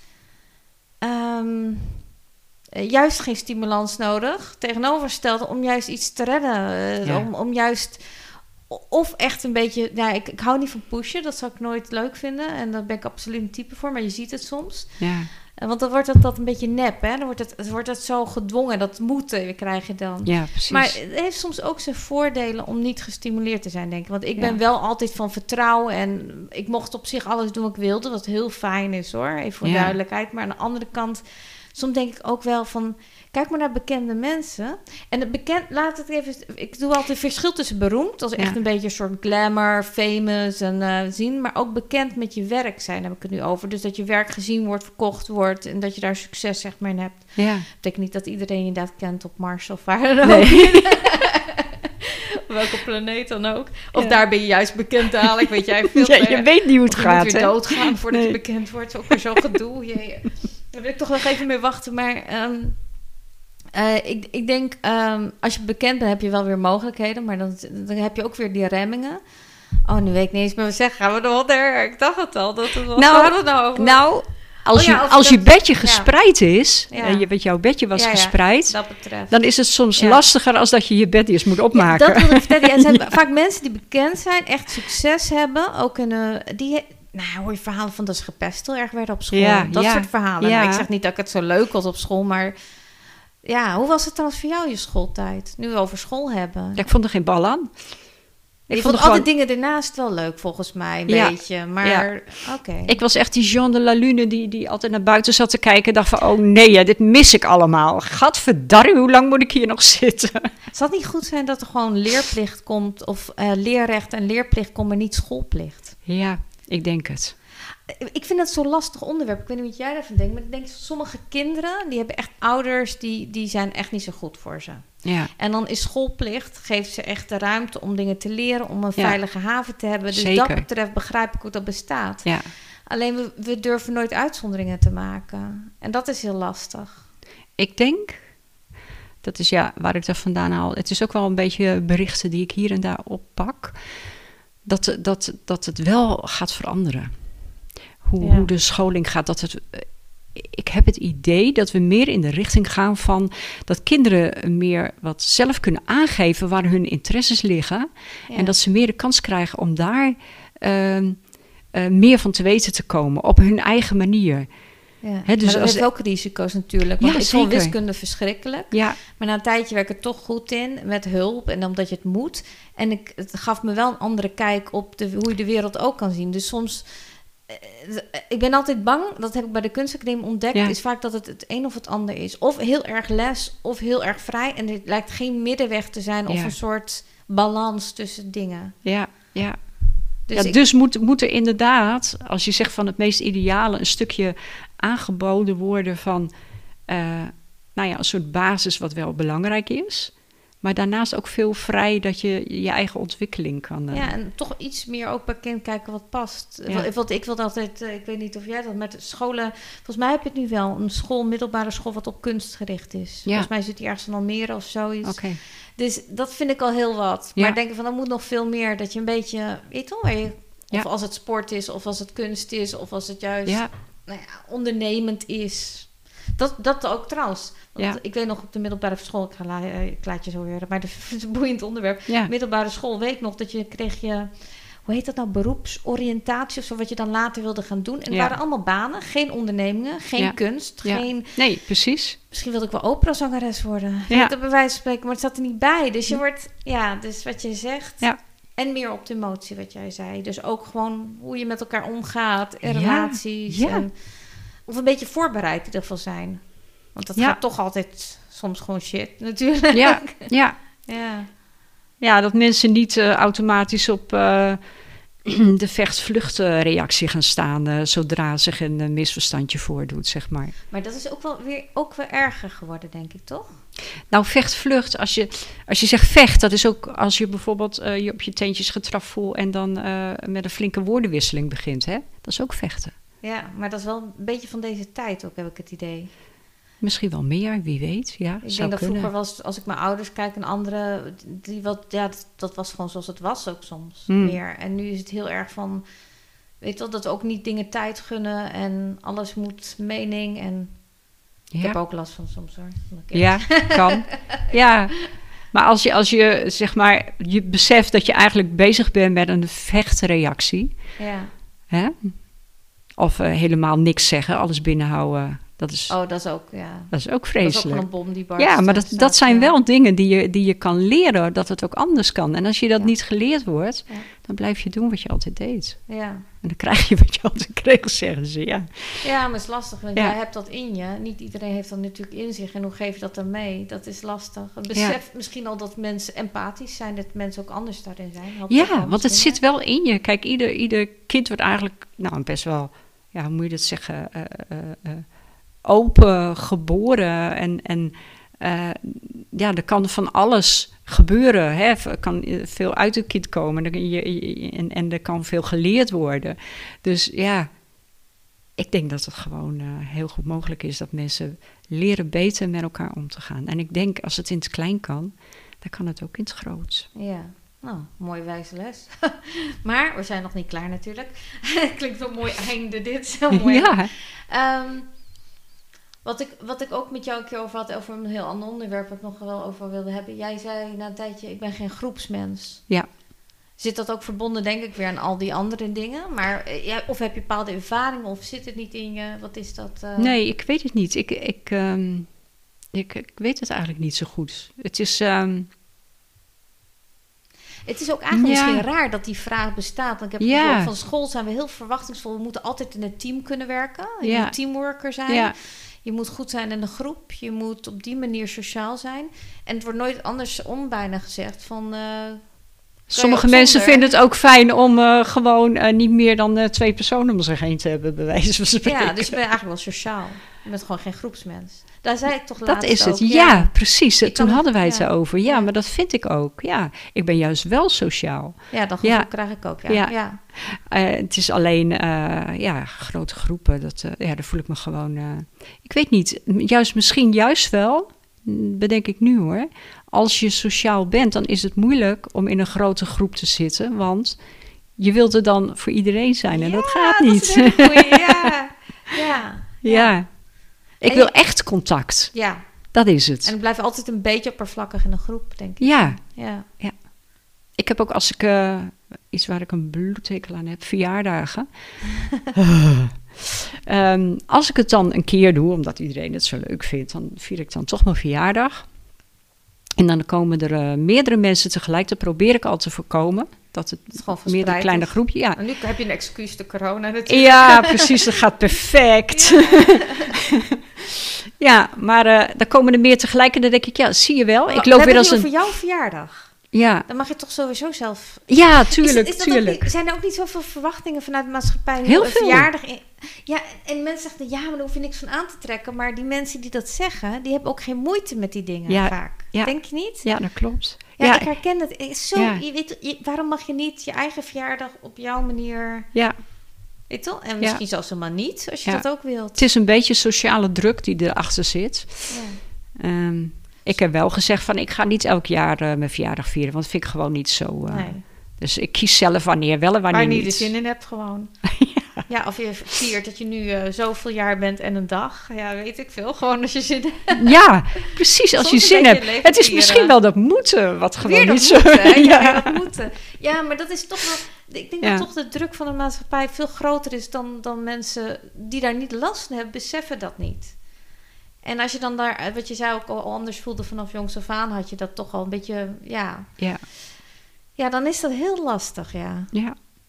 juist geen stimulans nodig. Tegenovergesteld om juist iets te redden. Om juist, of echt een beetje, ik hou niet van pushen. Dat zou ik nooit leuk vinden. En daar ben ik absoluut een type voor. Maar je ziet het soms. Ja. Want dan wordt dat een beetje nep, hè? Dan wordt het zo gedwongen. Dat moeten krijg je dan. Ja, precies. Maar het heeft soms ook zijn voordelen om niet gestimuleerd te zijn, denk ik. Want ik ben wel altijd van vertrouwen. En ik mocht op zich alles doen wat ik wilde. Wat heel fijn is, hoor. Even voor duidelijkheid. Maar aan de andere kant, soms denk ik ook wel van, kijk maar naar bekende mensen. En laat het even, ik doe altijd verschil tussen beroemd, als echt een beetje een soort glamour, famous en zien, maar ook bekend met je werk zijn, heb ik het nu over. Dus dat je werk gezien wordt, verkocht wordt en dat je daar succes zeg maar in hebt. Ja. Dat betekent niet dat iedereen je inderdaad kent op Mars of waar dan ook. Nee. Welke planeet dan ook. Of daar ben je juist bekend dadelijk, weet jij veel. Je weet niet hoe het gaat. Je moet weer doodgaan voordat je bekend wordt. Het is ook weer zo'n gedoe. Daar wil ik toch nog even mee wachten. Maar ik denk, als je bekend bent, heb je wel weer mogelijkheden. Maar dan heb je ook weer die remmingen. Oh, nu weet ik niet eens meer wat zeggen. Gaan we nog wat ik dacht het al. Dat het als je bedje gespreid is, jouw bedje was gespreid, dat betreft. Dan is het soms lastiger als dat je je bed eerst moet opmaken. Dat wil ik vertellen. Er zijn vaak mensen die bekend zijn, echt succes hebben, ook hoor je verhalen van dat ze gepest heel erg werden op school. Dat soort verhalen. Ja. Ik zeg niet dat ik het zo leuk was op school, maar hoe was het trouwens voor jou je schooltijd? Nu we over school hebben. Ja, ik vond er geen bal aan. Ik vond al die dingen ernaast wel leuk, volgens mij, een beetje. Maar, oké. Ik was echt die Jean de la Lune die altijd naar buiten zat te kijken. En dacht van, oh nee, dit mis ik allemaal. Gadverdarrie, hoe lang moet ik hier nog zitten? Zal het niet goed zijn dat er gewoon leerplicht komt, of leerrecht en leerplicht komt, maar niet schoolplicht? Ja, ik denk het. Ik vind dat zo'n lastig onderwerp. Ik weet niet wat jij daarvan denkt, maar ik denk sommige kinderen, die hebben echt ouders, die zijn echt niet zo goed voor ze. Ja. En dan is schoolplicht, geeft ze echt de ruimte om dingen te leren, om een veilige haven te hebben. Dus Zeker. dat betreft begrijp ik hoe dat bestaat. Ja. Alleen we durven nooit uitzonderingen te maken. En dat is heel lastig. Ik denk, dat is waar ik dat vandaan haal. Het is ook wel een beetje berichten die ik hier en daar oppak. Dat het wel gaat veranderen. Hoe de scholing gaat. Ik heb het idee dat we meer in de richting gaan van dat kinderen meer wat zelf kunnen aangeven waar hun interesses liggen. Ja. En dat ze meer de kans krijgen om daar meer van te weten te komen op hun eigen manier. Ja. Dus maar dat heeft ook risico's natuurlijk. Want ik vond wiskunde verschrikkelijk. Ja. Maar na een tijdje werk ik er toch goed in met hulp en omdat je het moet. En het gaf me wel een andere kijk op hoe je de wereld ook kan zien. Dus soms, ik ben altijd bang, dat heb ik bij de kunstacademie ontdekt, is vaak dat het een of het ander is. Of heel erg les, of heel erg vrij. En er lijkt geen middenweg te zijn of een soort balans tussen dingen. Ja, ja. Dus moet er inderdaad, als je zegt van het meest ideale, een stukje aangeboden worden van een soort basis wat wel belangrijk is. Maar daarnaast ook veel vrij dat je je eigen ontwikkeling kan... Ja, en toch iets meer ook bij kind kijken wat past. Ja. Want ik wilde altijd, ik weet niet of jij dat met scholen... Volgens mij heb je het nu wel, een middelbare school wat op kunst gericht is. Ja. Volgens mij zit die ergens in Almere of zoiets. Okay. Dus dat vind ik al heel wat. Ja. Maar denken van, dan moet nog veel meer dat je een beetje... Weet je, of als het sport is, of als het kunst is, of als het juist ondernemend is... Dat ook trouwens. Want ik weet nog op de middelbare school... Ik laat je zo weer... Maar dat is een boeiend onderwerp. Ja. Middelbare school weet ik nog dat kreeg je... Hoe heet dat nou? Beroepsoriëntatie of zo. Wat je dan later wilde gaan doen. En het waren allemaal banen. Geen ondernemingen. Geen kunst. Ja. Nee, precies. Misschien wilde ik wel operazangeres worden. Ja. Dat bij wijze van spreken. Maar het zat er niet bij. Dus je wordt... Ja, dus wat je zegt... Ja. En meer op de emotie wat jij zei. Dus ook gewoon hoe je met elkaar omgaat. En relaties. Ja. Of een beetje voorbereid in ieder geval zijn. Want dat gaat toch altijd soms gewoon shit, natuurlijk. Ja. Ja, Dat mensen niet automatisch op de vecht-vluchtreactie gaan staan... zodra zich een misverstandje voordoet, zeg maar. Maar dat is ook weer erger geworden, denk ik, toch? Nou, vecht-vlucht, als je zegt vecht... dat is ook als je bijvoorbeeld je op je teentjes getrapt voelt... en dan met een flinke woordenwisseling begint, hè? Dat is ook vechten. Ja, maar dat is wel een beetje van deze tijd ook, heb ik het idee. Misschien wel meer, wie weet. Ja, ik denk dat vroeger was, als ik mijn ouders kijk en anderen... dat was gewoon zoals het was ook soms meer. En nu is het heel erg van... Weet je wel, dat we ook niet dingen tijd gunnen... en alles moet mening en... Ik heb ook last van soms, hoor. Ja, kan. Ja, maar als je zeg maar... je beseft dat je eigenlijk bezig bent met een vechtreactie... Ja. Hè? Of helemaal niks zeggen, alles binnenhouden... Dat is ook vreselijk. Dat is ook gewoon een bom die barst. Ja, maar dat zijn wel dingen die je kan leren, dat het ook anders kan. En als je dat niet geleerd wordt, dan blijf je doen wat je altijd deed. Ja. En dan krijg je wat je altijd kreeg, zeggen ze, ja. Ja, maar het is lastig, want jij hebt dat in je. Niet iedereen heeft dat natuurlijk in zich. En hoe geef je dat dan mee? Dat is lastig. Het besef misschien al dat mensen empathisch zijn, dat mensen ook anders daarin zijn. Want het zit wel in je. Kijk, ieder kind wordt eigenlijk, best wel, hoe moet je dat zeggen... open geboren en er kan van alles gebeuren. Hè? Er kan veel uit het kind komen en er kan veel geleerd worden. Dus ik denk dat het gewoon heel goed mogelijk is dat mensen leren beter met elkaar om te gaan. En ik denk als het in het klein kan, dan kan het ook in het groot. Ja. Nou, mooie wijze les. Maar we zijn nog niet klaar natuurlijk. Klinkt wel een mooi einde dit. Zo mooi. Ja. Wat ik ook met jou een keer over had, over een heel ander onderwerp, wat ik nog wel over wilde hebben. Jij zei na een tijdje, ik ben geen groepsmens. Ja. Zit dat ook verbonden, denk ik, weer aan al die andere dingen? Maar of heb je bepaalde ervaringen, of zit het niet in je? Wat is dat? Nee, ik weet het niet. Ik weet het eigenlijk niet zo goed. Het is... Het is ook eigenlijk misschien raar dat die vraag bestaat. Want ik heb gevoel, van school zijn we heel verwachtingsvol. We moeten altijd in een team kunnen werken. Je moet teamworker zijn. Ja. Je moet goed zijn in een groep. Je moet op die manier sociaal zijn. En het wordt nooit andersom bijna gezegd van... Sommige mensen vinden het ook fijn om gewoon niet meer dan 2 personen om zich heen te hebben, bij wijze van spreken. Ja, dus je bent eigenlijk wel sociaal. Je bent gewoon geen groepsmens. Daar zei ik toch laatst Dat is het, ook. ja, precies. Toen hadden wij het erover. Ja, maar dat vind ik ook. Ja, ik ben juist wel sociaal. Ja, dat gevoel krijg ik ook, ja. Het is alleen, grote groepen, daar voel ik me gewoon... ik weet niet, misschien juist wel, bedenk ik nu hoor. Als je sociaal bent, dan is het moeilijk om in een grote groep te zitten, want je wilt er dan voor iedereen zijn en dat gaat niet. Dat is een goeie, ja. Ik wil echt contact. Ja. Dat is het. En het blijft altijd een beetje oppervlakkig in een groep, denk ik. Ja. Ik heb ook als ik iets waar ik een bloedhekel aan heb, verjaardagen. Als ik het dan een keer doe, omdat iedereen het zo leuk vindt, dan vier ik dan toch mijn verjaardag. En dan komen er meerdere mensen tegelijk. Dat probeer ik al te voorkomen. Dat het meerdere kleine groepje... Ja. En nu heb je een excuus, de corona natuurlijk. Ja, precies. Dat gaat perfect. Ja, maar dan komen er meer tegelijk. En dan denk ik, zie je wel. Ik loop weer als voor jouw verjaardag. Ja. Dan mag je toch sowieso zelf... Ja, tuurlijk. Zijn er ook niet zoveel verwachtingen vanuit de maatschappij? Heel veel. Verjaardag ja, en mensen zeggen, daar hoef je niks van aan te trekken. Maar die mensen die dat zeggen, die hebben ook geen moeite met die dingen vaak. Ja. Denk je niet? Ja, dat klopt. Ja, ik herken het. Je weet, waarom mag je niet je eigen verjaardag op jouw manier... Ja. Weet je wel? En misschien zelfs helemaal niet, als je dat ook wilt. Het is een beetje sociale druk die erachter zit. Ja. Ik heb wel gezegd van, ik ga niet elk jaar mijn verjaardag vieren. Want dat vind ik gewoon niet zo... Nee. Dus ik kies zelf wanneer wel en wanneer niet. Waar je niet de zin in hebt gewoon. Ja, of je viert dat je nu zoveel jaar bent en een dag. Ja, weet ik veel. Gewoon als je zin hebt. Ja, precies als je zin hebt. Het is misschien wel dat moeten wat gewoon weer niet zo... dat moeten. Ja, maar dat is toch wel... Ik denk dat toch de druk van de maatschappij veel groter is dan mensen die daar niet last van hebben, beseffen dat niet. En als je dan daar, wat je zei, ook al anders voelde vanaf jongs af aan, had je dat toch al een beetje, Ja, dan is dat heel lastig, Ja.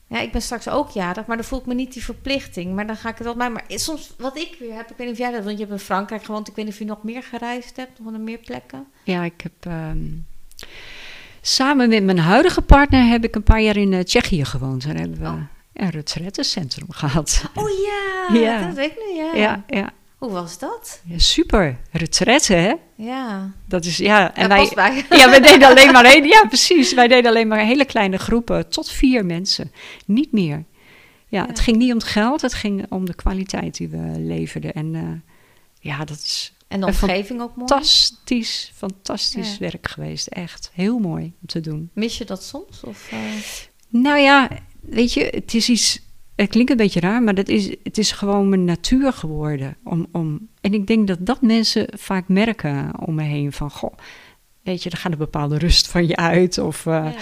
Ja, ik ben straks ook jarig, maar dan voel ik me niet die verplichting. Maar dan ga ik het wel bij. Maar soms, wat ik weer heb, ik weet niet of jij dat, want je hebt in Frankrijk gewoond. Ik weet niet of je nog meer gereisd hebt, nog naar meer plekken. Ja, ik heb samen met mijn huidige partner heb ik een paar jaar in Tsjechië gewoond. Daar hebben we een retraitecentrum gehad. Oh ja, dat weet ik nu, Ja. Hoe was dat? Ja, super. Retraite, hè? Ja. Dat is, ja. En Daar past bij. Ja, wij deden alleen maar ja, precies. Wij deden alleen maar hele kleine groepen, tot 4 mensen. Niet meer. Ja, het ging niet om het geld, het ging om de kwaliteit die we leverden. En ja, dat is... En de omgeving ook mooi? Fantastisch werk geweest. Echt heel mooi om te doen. Mis je dat soms? Of, Nou ja, weet je, het is iets... Het klinkt een beetje raar, maar het is gewoon mijn natuur geworden. En ik denk dat mensen vaak merken om me heen van... Goh, weet je, er gaat een bepaalde rust van je uit. Of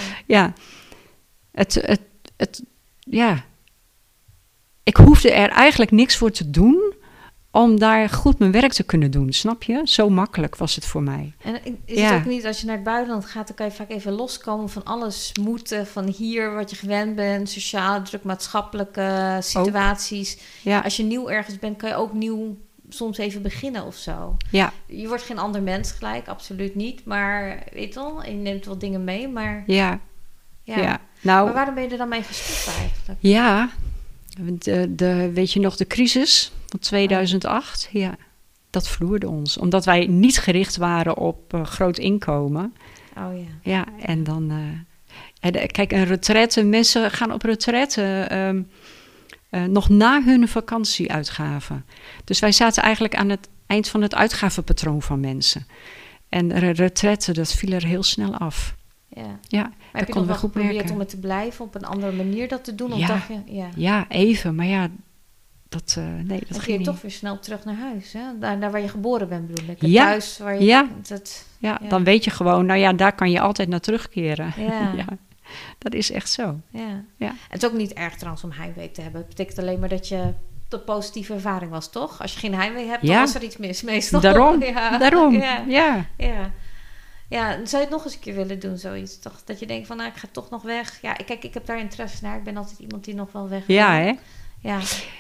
ik hoefde er eigenlijk niks voor te doen... om daar goed mijn werk te kunnen doen, snap je? Zo makkelijk was het voor mij. En is het ook niet, als je naar het buitenland gaat... dan kan je vaak even loskomen van alles moeten... van hier, wat je gewend bent, sociaal, druk, maatschappelijke situaties. Ja. Als je nieuw ergens bent, kan je ook nieuw soms even beginnen of zo. Ja. Je wordt geen ander mens gelijk, absoluut niet. Maar weet je wel, je neemt wel dingen mee, maar... Ja. Nou, maar waarom ben je er dan mee gestopt eigenlijk? Ja, weet je nog de crisis van 2008? Ja, dat vloerde ons. Omdat wij niet gericht waren op groot inkomen. Oh ja. Ja, en dan... kijk, een retraite, mensen gaan op retraite nog na hun vakantieuitgaven. Dus wij zaten eigenlijk aan het eind van het uitgavenpatroon van mensen. En retraite, dat viel er heel snel af. Ja, maar heb je nog wel geprobeerd om het te blijven, op een andere manier dat te doen? Ja, even, maar ja, dat ging ging je toch weer snel terug naar huis, hè? Daar waar je geboren bent, bedoel ik. Thuis waar je... Dan weet je gewoon, nou ja, daar kan je altijd naar terugkeren. Ja. Dat is echt zo. Ja. Het is ook niet erg trouwens om heimwee te hebben. Het betekent alleen maar dat je de positieve ervaring was, toch? Als je geen heimwee hebt, dan was er iets mis meestal. Daarom. Ja, zou je het nog eens een keer willen doen, zoiets? Toch? Dat je denkt van, nou, ik ga toch nog weg. Ja, kijk, ik heb daar interesse naar. Ik ben altijd iemand die nog wel weg wil. Ja, hè? Ja.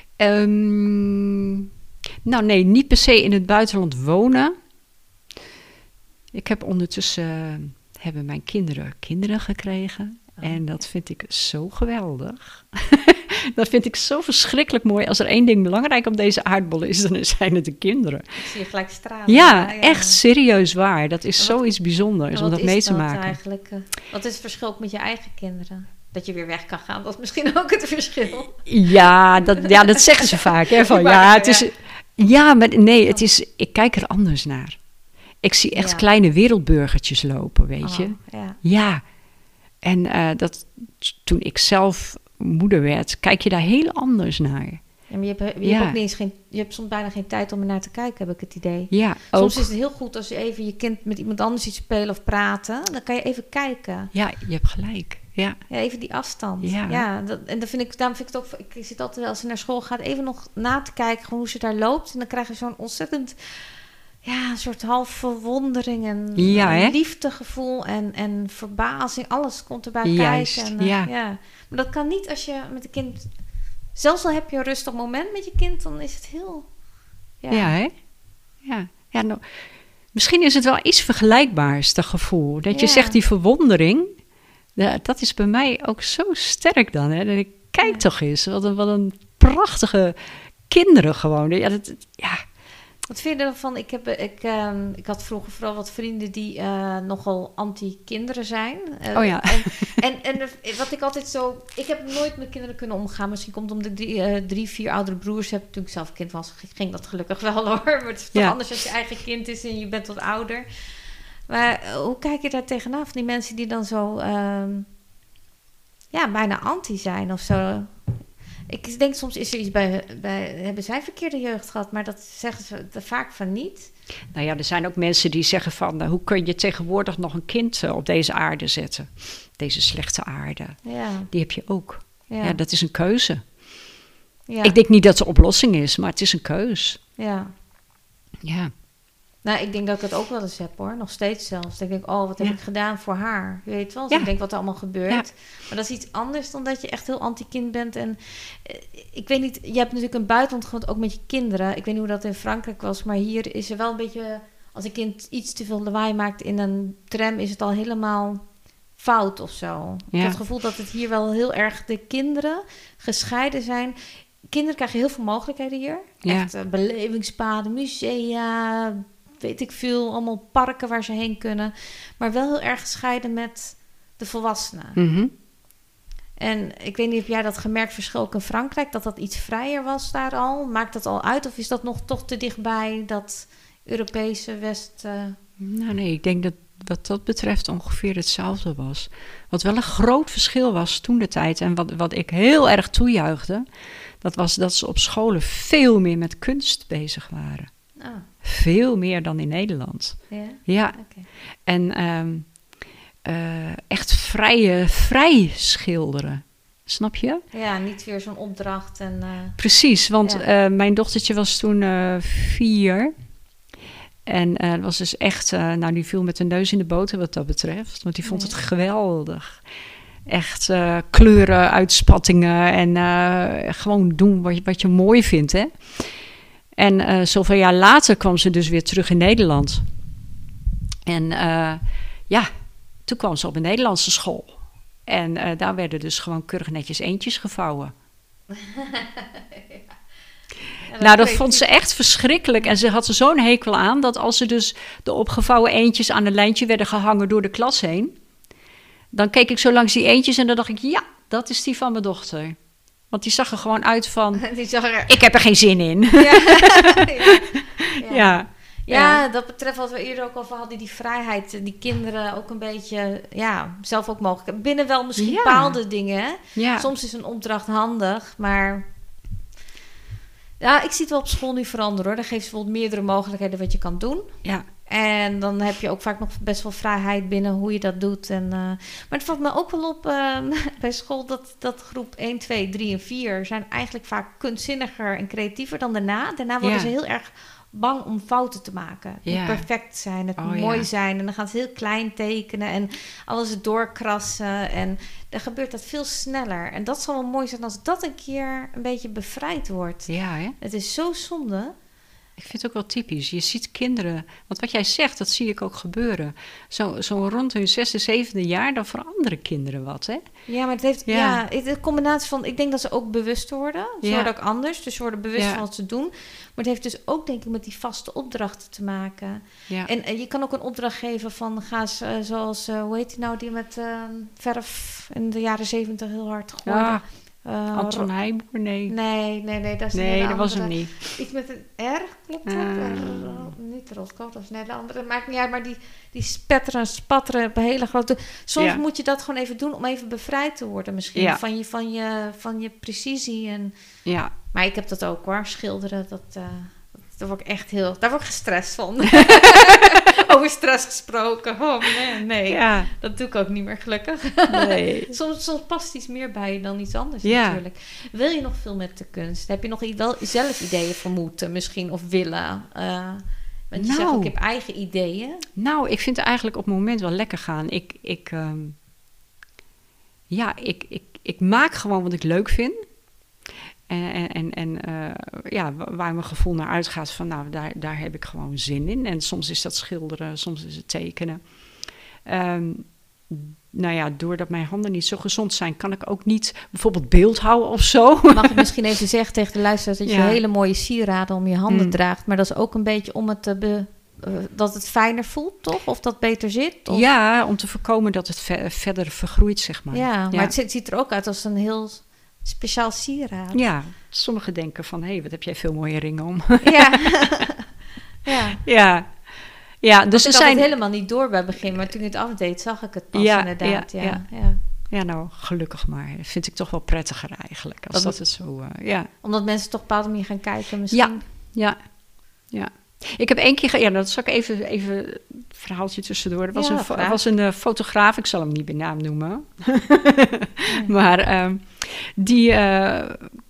Nou, nee, niet per se in het buitenland wonen. Ik heb ondertussen... hebben mijn kinderen gekregen. En dat vind ik zo geweldig. Dat vind ik zo verschrikkelijk mooi. Als er één ding belangrijk op deze aardbol is, dan zijn het de kinderen. Ik zie je gelijk stralen. Ja, echt serieus waar. Dat is zoiets bijzonders om dat mee te maken. Eigenlijk, wat is het verschil ook met je eigen kinderen? Dat je weer weg kan gaan, dat is misschien ook het verschil. Ja, dat zeggen ze vaak. Hè, van, maar nee, het is, ik kijk er anders naar. Ik zie echt kleine wereldburgertjes lopen, weet je. Ja. En toen ik zelf moeder werd, kijk je daar heel anders naar. Ja, maar je hebt ook niet eens je hebt soms bijna geen tijd om er naar te kijken, heb ik het idee. Ja, soms is het heel goed als je even je kind met iemand anders ziet spelen of praten. Dan kan je even kijken. Ja, je hebt gelijk. Ja, even die afstand. Ja. En daarom vind ik het ook... Ik zit altijd wel, als ze naar school gaat, even nog na te kijken hoe ze daar loopt. En dan krijg je zo'n ontzettend... Ja, een soort half verwondering en liefdegevoel en verbazing. Alles komt erbij kijken. En, maar dat kan niet als je met een kind... Zelfs al heb je een rustig moment met je kind, dan is het heel... Ja, hè? Ja, nou, misschien is het wel iets vergelijkbaars, dat gevoel. Dat je zegt, die verwondering... Dat is bij mij ook zo sterk dan. Hè? Dat ik kijk toch eens, wat een prachtige kinderen gewoon. Wat vind je ervan? Ik had vroeger vooral wat vrienden die nogal anti-kinderen zijn. En wat ik altijd zo... Ik heb nooit met kinderen kunnen omgaan. Misschien komt het omdat ik 3-4 oudere broers heb. Toen ik zelf kind was, ging dat gelukkig wel hoor. Maar het is toch anders als je eigen kind is en je bent wat ouder. Maar hoe kijk je daar tegenaan? Van die mensen die dan zo... bijna anti zijn of zo... Ik denk soms is er iets bij hebben zij verkeerde jeugd gehad, maar dat zeggen ze vaak van niet. Nou ja, er zijn ook mensen die zeggen van, hoe kun je tegenwoordig nog een kind op deze aarde zetten? Deze slechte aarde. Ja. Die heb je ook. Ja, dat is een keuze. Ja. Ik denk niet dat het een oplossing is, maar het is een keus. Ja. Nou, ik denk dat ik het ook wel eens heb, hoor. Nog steeds zelfs. Ik denk, wat heb ik gedaan voor haar? Je weet wel, ik denk wat er allemaal gebeurt. Ja. Maar dat is iets anders dan dat je echt heel anti-kind bent. En ik weet niet, je hebt natuurlijk een buitenland gewoond, ook met je kinderen. Ik weet niet hoe dat in Frankrijk was, maar hier is er wel een beetje... Als een kind iets te veel lawaai maakt in een tram, is het al helemaal fout of zo. Ik heb het gevoel dat het hier wel heel erg de kinderen gescheiden zijn. Kinderen krijgen heel veel mogelijkheden hier. Ja. Echt belevingspaden, musea, weet ik veel, allemaal parken waar ze heen kunnen. Maar wel heel erg gescheiden met de volwassenen. Mm-hmm. En ik weet niet, heb jij dat gemerkt, verschil ook in Frankrijk, dat iets vrijer was daar al? Maakt dat al uit of is dat nog toch te dichtbij, dat Europese West... Nou nee, ik denk dat wat dat betreft ongeveer hetzelfde was. Wat wel een groot verschil was toen de tijd en wat ik heel erg toejuichte, dat was dat ze op scholen veel meer met kunst bezig waren. Oh. Veel meer dan in Nederland. Ja. Okay. En echt vrij schilderen. Snap je? Ja, niet weer zo'n opdracht. Precies, want mijn dochtertje was toen 4. En het was dus echt, die viel met de neus in de boter wat dat betreft. Want die vond het geweldig. Echt kleuren, uitspattingen en gewoon doen wat je mooi vindt. Hè? En zoveel jaar later kwam ze dus weer terug in Nederland. En toen kwam ze op een Nederlandse school. En daar werden dus gewoon keurig netjes eendjes gevouwen. Dat vond ze echt verschrikkelijk. En ze had er zo'n hekel aan dat als ze dus de opgevouwen eendjes aan een lijntje werden gehangen door de klas heen, dan keek ik zo langs die eendjes en dan dacht ik, ja, dat is die van mijn dochter. Want die zag er gewoon uit van, ik heb er geen zin in. Ja, dat betreft wat we eerder ook over hadden, die vrijheid, die kinderen ook een beetje, zelf ook mogelijk. Binnen wel misschien bepaalde dingen. Hè? Ja. Soms is een opdracht handig, maar ja, ik zie het wel op school nu veranderen, hoor. Dan geeft ze bijvoorbeeld meerdere mogelijkheden wat je kan doen. Ja. En dan heb je ook vaak nog best wel vrijheid binnen hoe je dat doet. Maar het valt me ook wel op bij school dat groep 1, 2, 3 en 4 zijn eigenlijk vaak kunstzinniger en creatiever dan daarna. Daarna worden ze heel erg bang om fouten te maken. Het moet perfect zijn, het moet mooi zijn. En dan gaan ze heel klein tekenen en alles doorkrassen. En dan gebeurt dat veel sneller. En dat zal wel mooi zijn als dat een keer een beetje bevrijd wordt. Ja, hè? Het is zo zonde. Ik vind het ook wel typisch. Je ziet kinderen, want wat jij zegt, dat zie ik ook gebeuren. Zo rond hun 6e, 7e jaar, dan veranderen kinderen wat, hè? Ja, maar het heeft de combinatie van, ik denk dat ze ook bewust worden. Ze worden ook anders, dus ze worden bewust van wat ze doen. Maar het heeft dus ook, denk ik, met die vaste opdrachten te maken. Ja. En je kan ook een opdracht geven van, ga eens zoals, hoe heet die nou, die met verf in de jaren 70 heel hard gooide. Ja. Anton Heijboer, nee. Nee, dat was hem niet. Iets met een R, klopt dat? Niet Rotkoot, nee, de andere. Maakt niet uit, maar die spetteren en spatteren op een hele grote... Soms moet je dat gewoon even doen om even bevrijd te worden misschien. Ja. Van je precisie. En... Maar ik heb dat ook, hoor. Schilderen, daar word ik echt daar word ik gestrest van. Over stress gesproken. Oh man, nee. Ja. Dat doe ik ook niet meer, gelukkig. Nee. Soms past iets meer bij je dan iets anders natuurlijk. Wil je nog veel met de kunst? Heb je nog zelf ideeën vermoeden misschien of willen? Want je zegt ook, ik heb eigen ideeën. Nou, ik vind het eigenlijk op het moment wel lekker gaan. Ik maak gewoon wat ik leuk vind. En waar mijn gevoel naar uitgaat van, nou, daar heb ik gewoon zin in. En soms is dat schilderen, soms is het tekenen. Doordat mijn handen niet zo gezond zijn, kan ik ook niet bijvoorbeeld beeldhouden of zo. Mag ik misschien even zeggen tegen de luisteraars dat je hele mooie sieraden om je handen draagt. Maar dat is ook een beetje om het dat het fijner voelt, toch? Of dat beter zit? Of? Ja, om te voorkomen dat het verder vergroeit, zeg maar. Ja, maar het ziet er ook uit als een heel speciaal sieraad. Ja, sommigen denken van, hé, wat heb jij veel mooie ringen om. Ja, dus ik had het helemaal niet door bij het begin, maar toen ik het afdeed, zag ik het pas inderdaad. Ja, nou, gelukkig maar. Dat vind ik toch wel prettiger eigenlijk. Als dat het zo, Omdat mensen toch bepaald om je gaan kijken misschien. Ja. Ik heb 1 keer... dat zal ik even een verhaaltje tussendoor. Er was een fotograaf, ik zal hem niet bij naam noemen. Maar die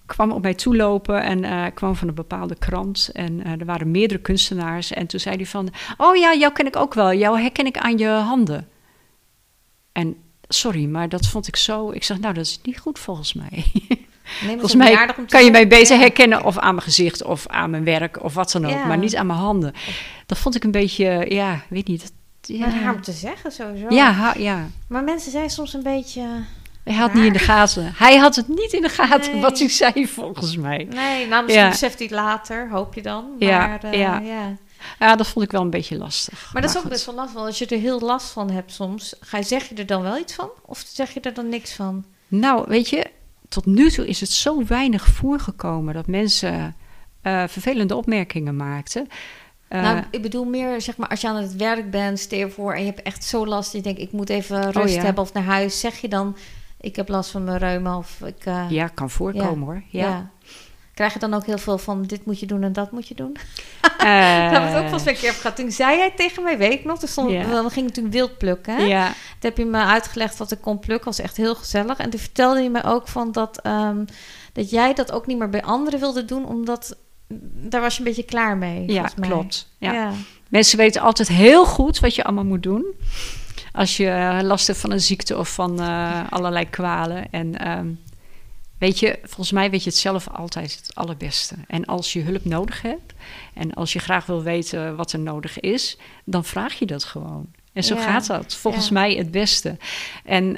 kwam op mij toelopen en kwam van een bepaalde krant. En er waren meerdere kunstenaars. En toen zei hij van, oh ja, jou ken ik ook wel. Jou herken ik aan je handen. En sorry, maar dat vond ik zo... Ik zeg, nou, dat is niet goed volgens mij. Volgens mij kan je mij beter herkennen of aan mijn gezicht of aan mijn werk of wat dan ook. Maar niet aan mijn handen. Dat vond ik een beetje, weet niet. Maar raar om te zeggen sowieso. Ja. Maar mensen zijn soms een beetje... Hij had niet in de gaten. Hij had het niet in de gaten wat hij zei, volgens mij. Nee, nou misschien beseft hij het later, hoop je dan. Maar, ja, dat vond ik wel een beetje lastig. Maar dat is ook best wel lastig, want als je er heel last van hebt soms, zeg je er dan wel iets van? Of zeg je er dan niks van? Nou, weet je, tot nu toe is het zo weinig voorgekomen dat mensen vervelende opmerkingen maakten. Nou, ik bedoel meer, zeg maar, als je aan het werk bent, stel je voor en je hebt echt zo last, je denkt, ik moet even rust hebben of naar huis, zeg je dan, ik heb last van mijn reuma of ik... Ja, kan voorkomen hoor. Ja. Krijg je dan ook heel veel van, dit moet je doen en dat moet je doen? Dat hebben we het ook vast een keer gehad. Toen zei jij tegen mij, weet ik nog, dan ging ik toen wild plukken. Hè? Ja. Toen heb je me uitgelegd wat ik kon plukken, was echt heel gezellig. En toen vertelde je me ook van dat jij dat ook niet meer bij anderen wilde doen, omdat daar was je een beetje klaar mee. Ja, klopt. Ja. Mensen weten altijd heel goed wat je allemaal moet doen. Als je last hebt van een ziekte of van allerlei kwalen. En weet je, volgens mij weet je het zelf altijd het allerbeste. En als je hulp nodig hebt en als je graag wil weten wat er nodig is, dan vraag je dat gewoon. En zo gaat dat. Volgens mij het beste. En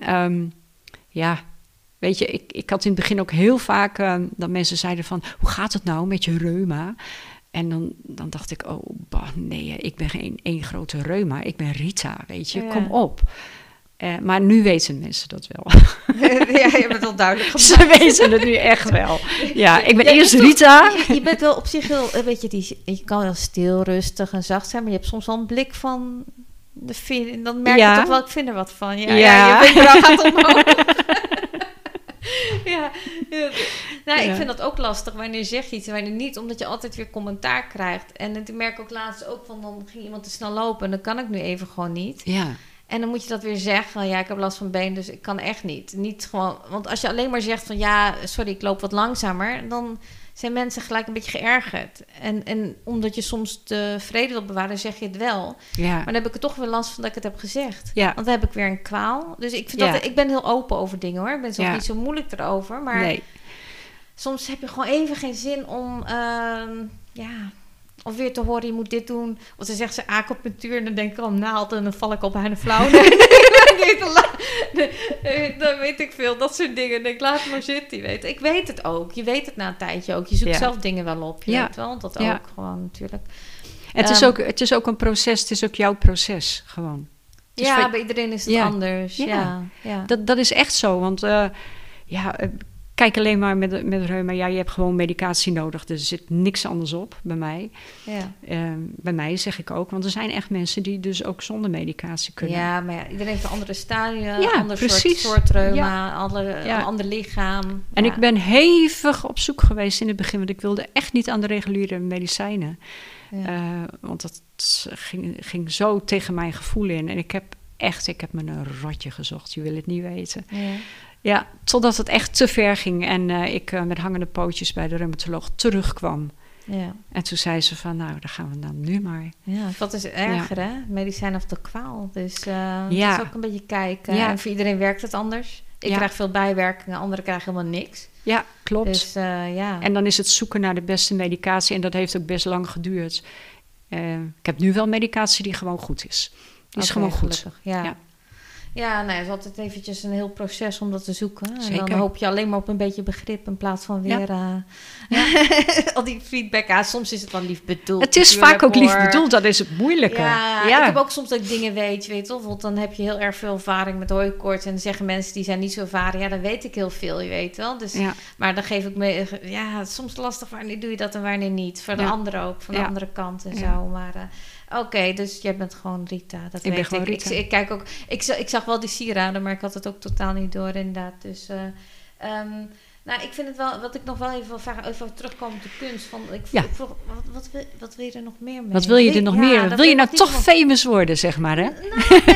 weet je, ik had in het begin ook heel vaak dat mensen zeiden van, hoe gaat het nou met je reuma? En dan dacht ik, nee, ik ben geen één grote reuma. Ik ben Rita, weet je, kom op. Maar nu weten mensen dat wel. Ja, je bent wel duidelijk gemaakt. Ze weten het nu echt wel. Ja, ik ben eerst Rita. Je bent wel op zich heel, weet je, je kan wel stil, rustig en zacht zijn, maar je hebt soms wel een blik van, dan merk je toch wel, ik vind er wat van. Ja. Je wenkbrauw gaat omhoog. Ja. Nou, ik vind dat ook lastig. Wanneer zeg je iets en wanneer niet, omdat je altijd weer commentaar krijgt. En ik merk ook laatst ook van, dan ging iemand te snel lopen en dan kan ik nu even gewoon niet. Ja. En dan moet je dat weer zeggen. Ja, ik heb last van been, dus ik kan echt niet. Niet gewoon, want als je alleen maar zegt van, sorry, ik loop wat langzamer, dan zijn mensen gelijk een beetje geërgerd. En omdat je soms de vrede wil bewaren, zeg je het wel. Ja. Maar dan heb ik er toch weer last van dat ik het heb gezegd. Ja. Want dan heb ik weer een kwaal. Dus ik vind ik ben heel open over dingen hoor. Ik ben soms niet zo moeilijk erover. Maar soms heb je gewoon even geen zin om of weer te horen, je moet dit doen. Of dan zegt ze acupunctuur en dan denk ik al naald en dan val ik al bijna flauw. Dan weet ik veel, dat soort dingen. Dan denk ik, laat het maar zitten, je weet. Ik weet het ook. Je weet het na een tijdje ook. Je zoekt zelf dingen wel op, je weet wel. Dat ook gewoon natuurlijk. Het is ook een proces, het is ook jouw proces gewoon. Bij iedereen is het anders. Ja. Dat is echt zo, want kijk alleen maar met reuma. Ja, je hebt gewoon medicatie nodig. Dus er zit niks anders op bij mij. Ja. Bij mij zeg ik ook. Want er zijn echt mensen die dus ook zonder medicatie kunnen. Ja, maar iedereen heeft een andere stadia. Ander soort reuma. Een ander lichaam. En ik ben hevig op zoek geweest in het begin. Want ik wilde echt niet aan de reguliere medicijnen. Ja. Want dat ging zo tegen mijn gevoel in. En ik heb me een rotje gezocht. Je wil het niet weten. Ja, totdat het echt te ver ging en ik met hangende pootjes bij de reumatoloog terugkwam. Ja. En toen zei ze van, nou, dan gaan we dan nu maar. Ja, wat is erger, hè? Medicijn of de kwaal. Dus dat is ook een beetje kijken. Ja. En voor iedereen werkt het anders. Ik krijg veel bijwerkingen, anderen krijgen helemaal niks. Ja, klopt. Dus, En dan is het zoeken naar de beste medicatie en dat heeft ook best lang geduurd. Ik heb nu wel medicatie die gewoon goed is. Die is gewoon goed. Gelukkig, ja, het is altijd eventjes een heel proces om dat te zoeken. Zeker. En dan hoop je alleen maar op een beetje begrip in plaats van weer al die feedback. Soms is het wel lief bedoeld. Het is vaak ook lief bedoeld, dat is het moeilijke. Ja, ik heb ook soms dat ik dingen weet, je weet toch. Bijvoorbeeld dan heb je heel erg veel ervaring met hooikoorts en dan zeggen mensen die zijn niet zo ervaren, dan weet ik heel veel, je weet wel. Dus, maar dan geef ik me, soms lastig, wanneer doe je dat en wanneer niet. Voor de anderen ook, van de andere kant en zo. Maar oké, dus jij bent gewoon Rita. Dat ik weet ik. Rita. Ik kijk ook. Ik zag wel die sieraden, maar ik had het ook totaal niet door inderdaad. Dus, ik vind het wel. Wat ik nog wel even wil vragen, even terugkomen op de kunst. Ik vroeg, wat wil je er nog meer mee? Wat wil je er nog meer? Wil je nou toch famous worden, zeg maar, hè?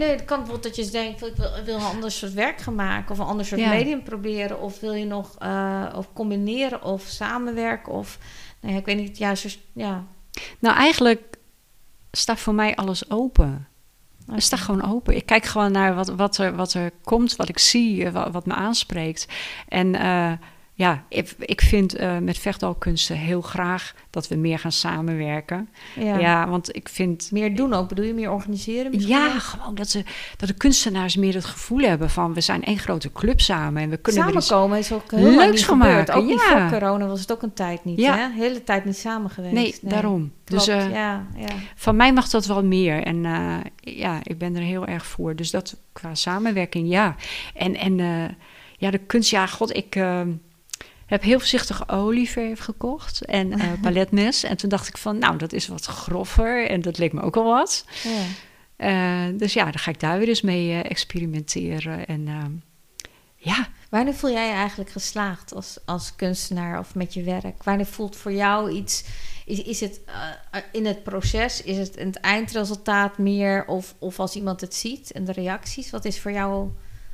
Nee, het kan bijvoorbeeld dat je denkt, ik wil een ander soort werk gaan maken of een ander soort medium proberen, of wil je nog of combineren of samenwerken of, nou ja, ik weet niet, Nou, eigenlijk staat voor mij alles open. Okay. Het staat gewoon open. Ik kijk gewoon naar wat er komt, wat ik zie, wat me aanspreekt. En ik vind met vechtbalkunsten heel graag dat we meer gaan samenwerken. Ja, want ik vind... Meer doen ook, bedoel je? Meer organiseren misschien? Ja, gewoon dat de kunstenaars meer het gevoel hebben van... we zijn één grote club samen en we kunnen samenkomen is ook heel lang niet gebeurd. Ook niet voor corona was het ook een tijd niet, hè? De hele tijd niet samen geweest. Nee, daarom. Klopt, dus van mij mag dat wel meer. En ik ben er heel erg voor. Dus dat qua samenwerking, ja. En de kunst, ik... heb heel voorzichtig olieverf gekocht en paletmes. En toen dacht ik van, nou, dat is wat groffer. En dat leek me ook al wat. Dus dan ga ik daar weer eens mee experimenteren. En Wanneer voel jij je eigenlijk geslaagd als kunstenaar of met je werk? Wanneer voelt voor jou iets... Is het in het proces? Is het in het eindresultaat meer? Of als iemand het ziet en de reacties? Wat is voor jou...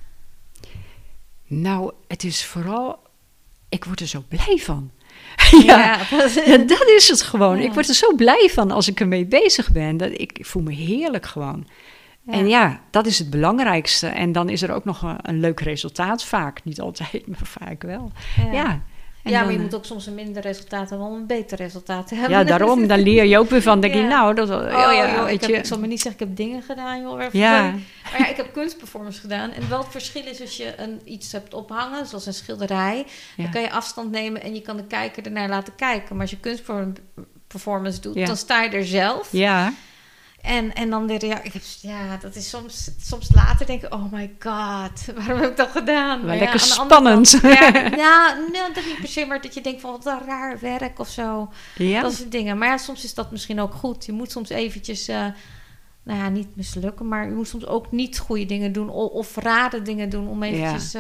Nou, het is vooral... Ik word er zo blij van. Dat is het gewoon. Ja. Ik word er zo blij van als ik ermee bezig ben. Ik voel me heerlijk gewoon. Ja. En dat is het belangrijkste. En dan is er ook nog een leuk resultaat vaak. Niet altijd, maar vaak wel. Ja. Maar je moet ook soms een minder resultaat hebben om een beter resultaat te hebben. Ja, daarom. Dan leer je ook weer van. Denk je, nou... Ik zal me niet zeggen, ik heb dingen gedaan, joh. Maar ik heb kunstperformance gedaan. En wel het verschil is als je iets hebt ophangen, zoals een schilderij. Dan kan je afstand nemen en je kan de kijker ernaar laten kijken. Maar als je kunstperformance doet, dan sta je er zelf. Ja. En dan dat is soms later denk ik, oh my god, waarom heb ik dat gedaan? Maar lekker spannend. Dat niet per se, maar dat je denkt van wat een raar werk of zo. Ja. Dat soort dingen. Maar soms is dat misschien ook goed. Je moet soms eventjes, niet mislukken, maar je moet soms ook niet goede dingen doen of rare dingen doen om eventjes...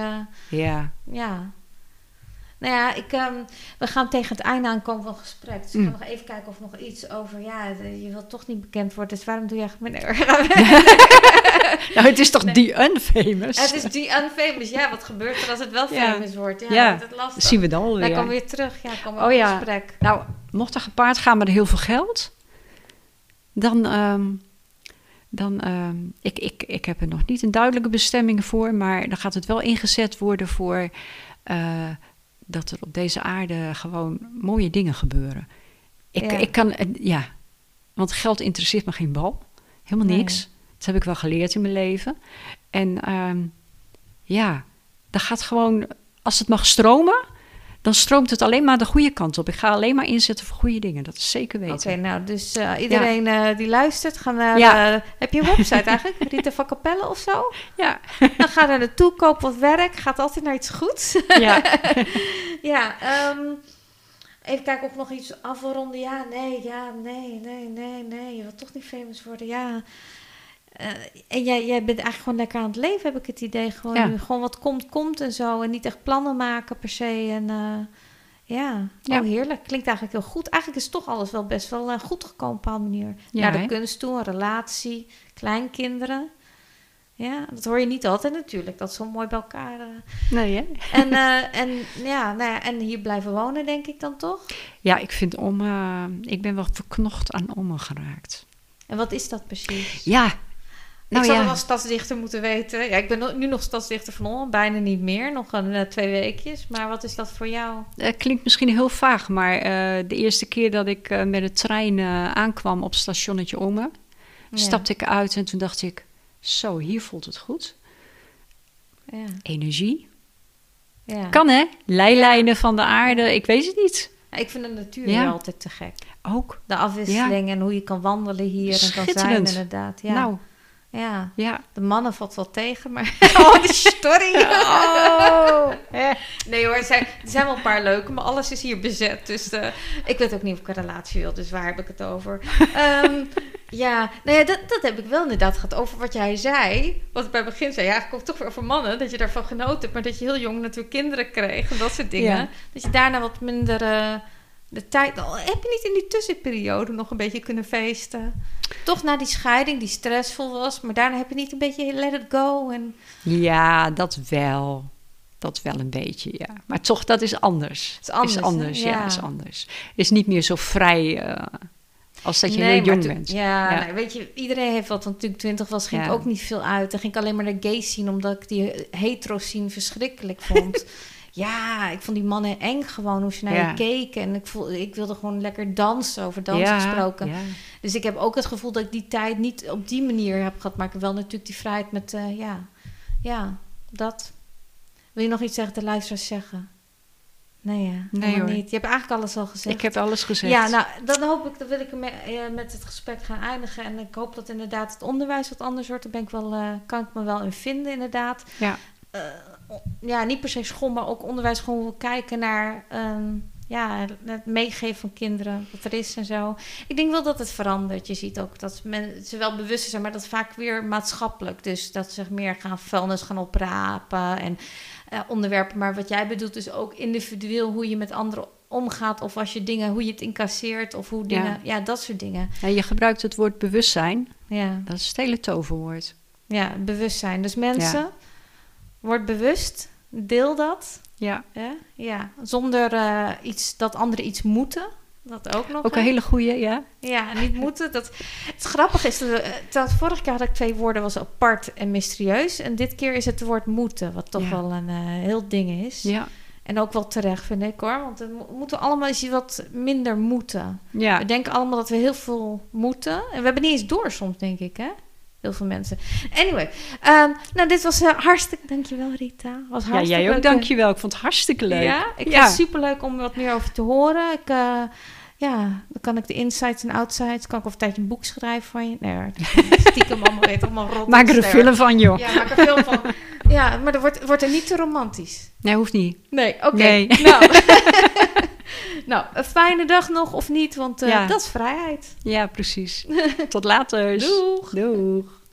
Nou ja, we gaan tegen het einde aankomen van het gesprek. Dus ik ga nog even kijken of nog iets over... je wilt toch niet bekend worden, dus waarom doe je eigenlijk... Nou, het is toch The Unfamous? Het is The Unfamous, wat gebeurt er als het wel famous wordt? Dat is lastig. Zien we dan alweer. Dan komen we weer terug, komen we op gesprek. Nou, mocht er gepaard gaan met heel veel geld... Ik heb er nog niet een duidelijke bestemming voor... maar dan gaat het wel ingezet worden voor... dat er op deze aarde gewoon mooie dingen gebeuren. Ik kan... want geld interesseert me geen bal. Helemaal niks. Dat heb ik wel geleerd in mijn leven. En dan gaat gewoon... Als het mag stromen... dan stroomt het alleen maar de goede kant op. Ik ga alleen maar inzetten voor goede dingen. Dat is zeker weten. Oké, nou, dus iedereen die luistert... gaan naar... heb je een website eigenlijk? Rita van Capelle of zo? Ja. Dan ga er naartoe, koop wat werk. Gaat altijd naar iets goeds. Ja. Even kijken of ik nog iets af wil ronden. Nee. Je wilt toch niet famous worden. En jij bent eigenlijk gewoon lekker aan het leven, heb ik het idee. Gewoon wat komt en zo. En niet echt plannen maken per se. En heerlijk. Klinkt eigenlijk heel goed. Eigenlijk is toch alles wel best wel goed gekomen op een bepaalde manier. Naar de kunst toe, een relatie, kleinkinderen. Ja, dat hoor je niet altijd natuurlijk. Dat is zo mooi bij elkaar. Nee, hè? En hier blijven wonen, denk ik dan toch? Ja, ik vind ik ben wel verknocht aan Ommen geraakt. En wat is dat precies? Ja. Ik zou wel als stadsdichter moeten weten. Ja, ik ben nu nog stadsdichter van Ommen, bijna niet meer. Nog 2 weekjes. Maar wat is dat voor jou? Klinkt misschien heel vaag, maar de eerste keer dat ik met de trein aankwam op stationnetje Ommen, stapte ik uit en toen dacht ik, zo, hier voelt het goed. Ja. Energie. Ja. Kan hè? Leilijnen van de aarde, ik weet het niet. Ja, ik vind de natuur weer altijd te gek. Ook. De afwisseling en hoe je kan wandelen hier en kan zijn inderdaad. Ja. Nou. Ja, de mannen valt wel tegen, maar... Oh, de story! Nee hoor, er zijn wel een paar leuke, maar alles is hier bezet. Dus ik weet ook niet of ik een relatie wil, dus waar heb ik het over? Dat heb ik wel inderdaad gehad over wat jij zei. Wat ik bij het begin zei, eigenlijk ook toch weer over mannen, dat je daarvan genoten hebt, maar dat je heel jong natuurlijk kinderen kreeg en dat soort dingen. Ja. Dat je daarna wat minder... de tijd... Heb je niet in die tussenperiode nog een beetje kunnen feesten? toch na die scheiding die stressvol was, maar daarna heb je niet een beetje let it go en... Ja, dat wel. Dat wel een beetje, ja. Maar toch, dat is anders. Het is anders, ja, is anders. Is niet meer zo vrij als dat je heel jong bent. Ja. Nou, weet je, iedereen heeft wat. Want toen ik 20 was, ging ik ook niet veel uit. Dan ging ik alleen maar naar gays zien, omdat ik die hetero scene verschrikkelijk vond. Ja, ik vond die mannen eng gewoon, hoe ze naar je keken. En ik wilde gewoon lekker dansen, over dansen gesproken. Ja. Dus ik heb ook het gevoel dat ik die tijd niet op die manier heb gehad. Maar ik heb wel natuurlijk die vrijheid met, dat. Wil je nog iets tegen de luisteraars zeggen? Nee hoor. Niet. Je hebt eigenlijk alles al gezegd. Ik heb alles gezegd. Ja, nou, dan hoop ik, dan wil ik met het gesprek gaan eindigen. En ik hoop dat inderdaad het onderwijs wat anders wordt. Daar kan ik me wel in vinden, inderdaad. Ja. Niet per se school, maar ook onderwijs. Gewoon kijken naar het meegeven van kinderen, wat er is en zo. Ik denk wel dat het verandert. Je ziet ook dat ze wel bewust zijn, maar dat vaak weer maatschappelijk. Dus dat ze meer vuilnis gaan oprapen en onderwerpen. Maar wat jij bedoelt is ook individueel hoe je met anderen omgaat. Of als je dingen, hoe je het incasseert of hoe dingen, dat soort dingen. Ja, je gebruikt het woord bewustzijn. Ja. Dat is het hele toverwoord. Ja, bewustzijn. Dus mensen, word bewust, deel dat. Ja. Ja. Zonder dat anderen iets moeten. Dat ook nog. Ook een hele goeie, ja. Ja, niet moeten. Het grappige is, dat vorige keer had ik 2 woorden, was apart en mysterieus. En dit keer is het woord moeten, wat toch wel een heel ding is. Ja. En ook wel terecht, vind ik hoor. Want we moeten allemaal eens wat minder moeten. Ja. We denken allemaal dat we heel veel moeten. En we hebben niet eens door soms, denk ik, hè? Heel veel mensen. Anyway, dit was hartstikke... Dankjewel, Rita. Was hartstikke jij ook, leuk. Dankjewel. Ik vond het hartstikke leuk. Ja, ik vind het superleuk om wat meer over te horen. Dan kan ik de insights en outsides... kan ik over een tijdje een boek schrijven van je. Nee, stiekem allemaal rot. Maak er een film van, joh. Ja, maak er een film van. Ja, maar dan wordt er niet te romantisch. Nee, hoeft niet. Nee, oké. Nee. Nou, een fijne dag nog of niet, want dat is vrijheid. Ja, precies. Tot later. Doeg. Doeg.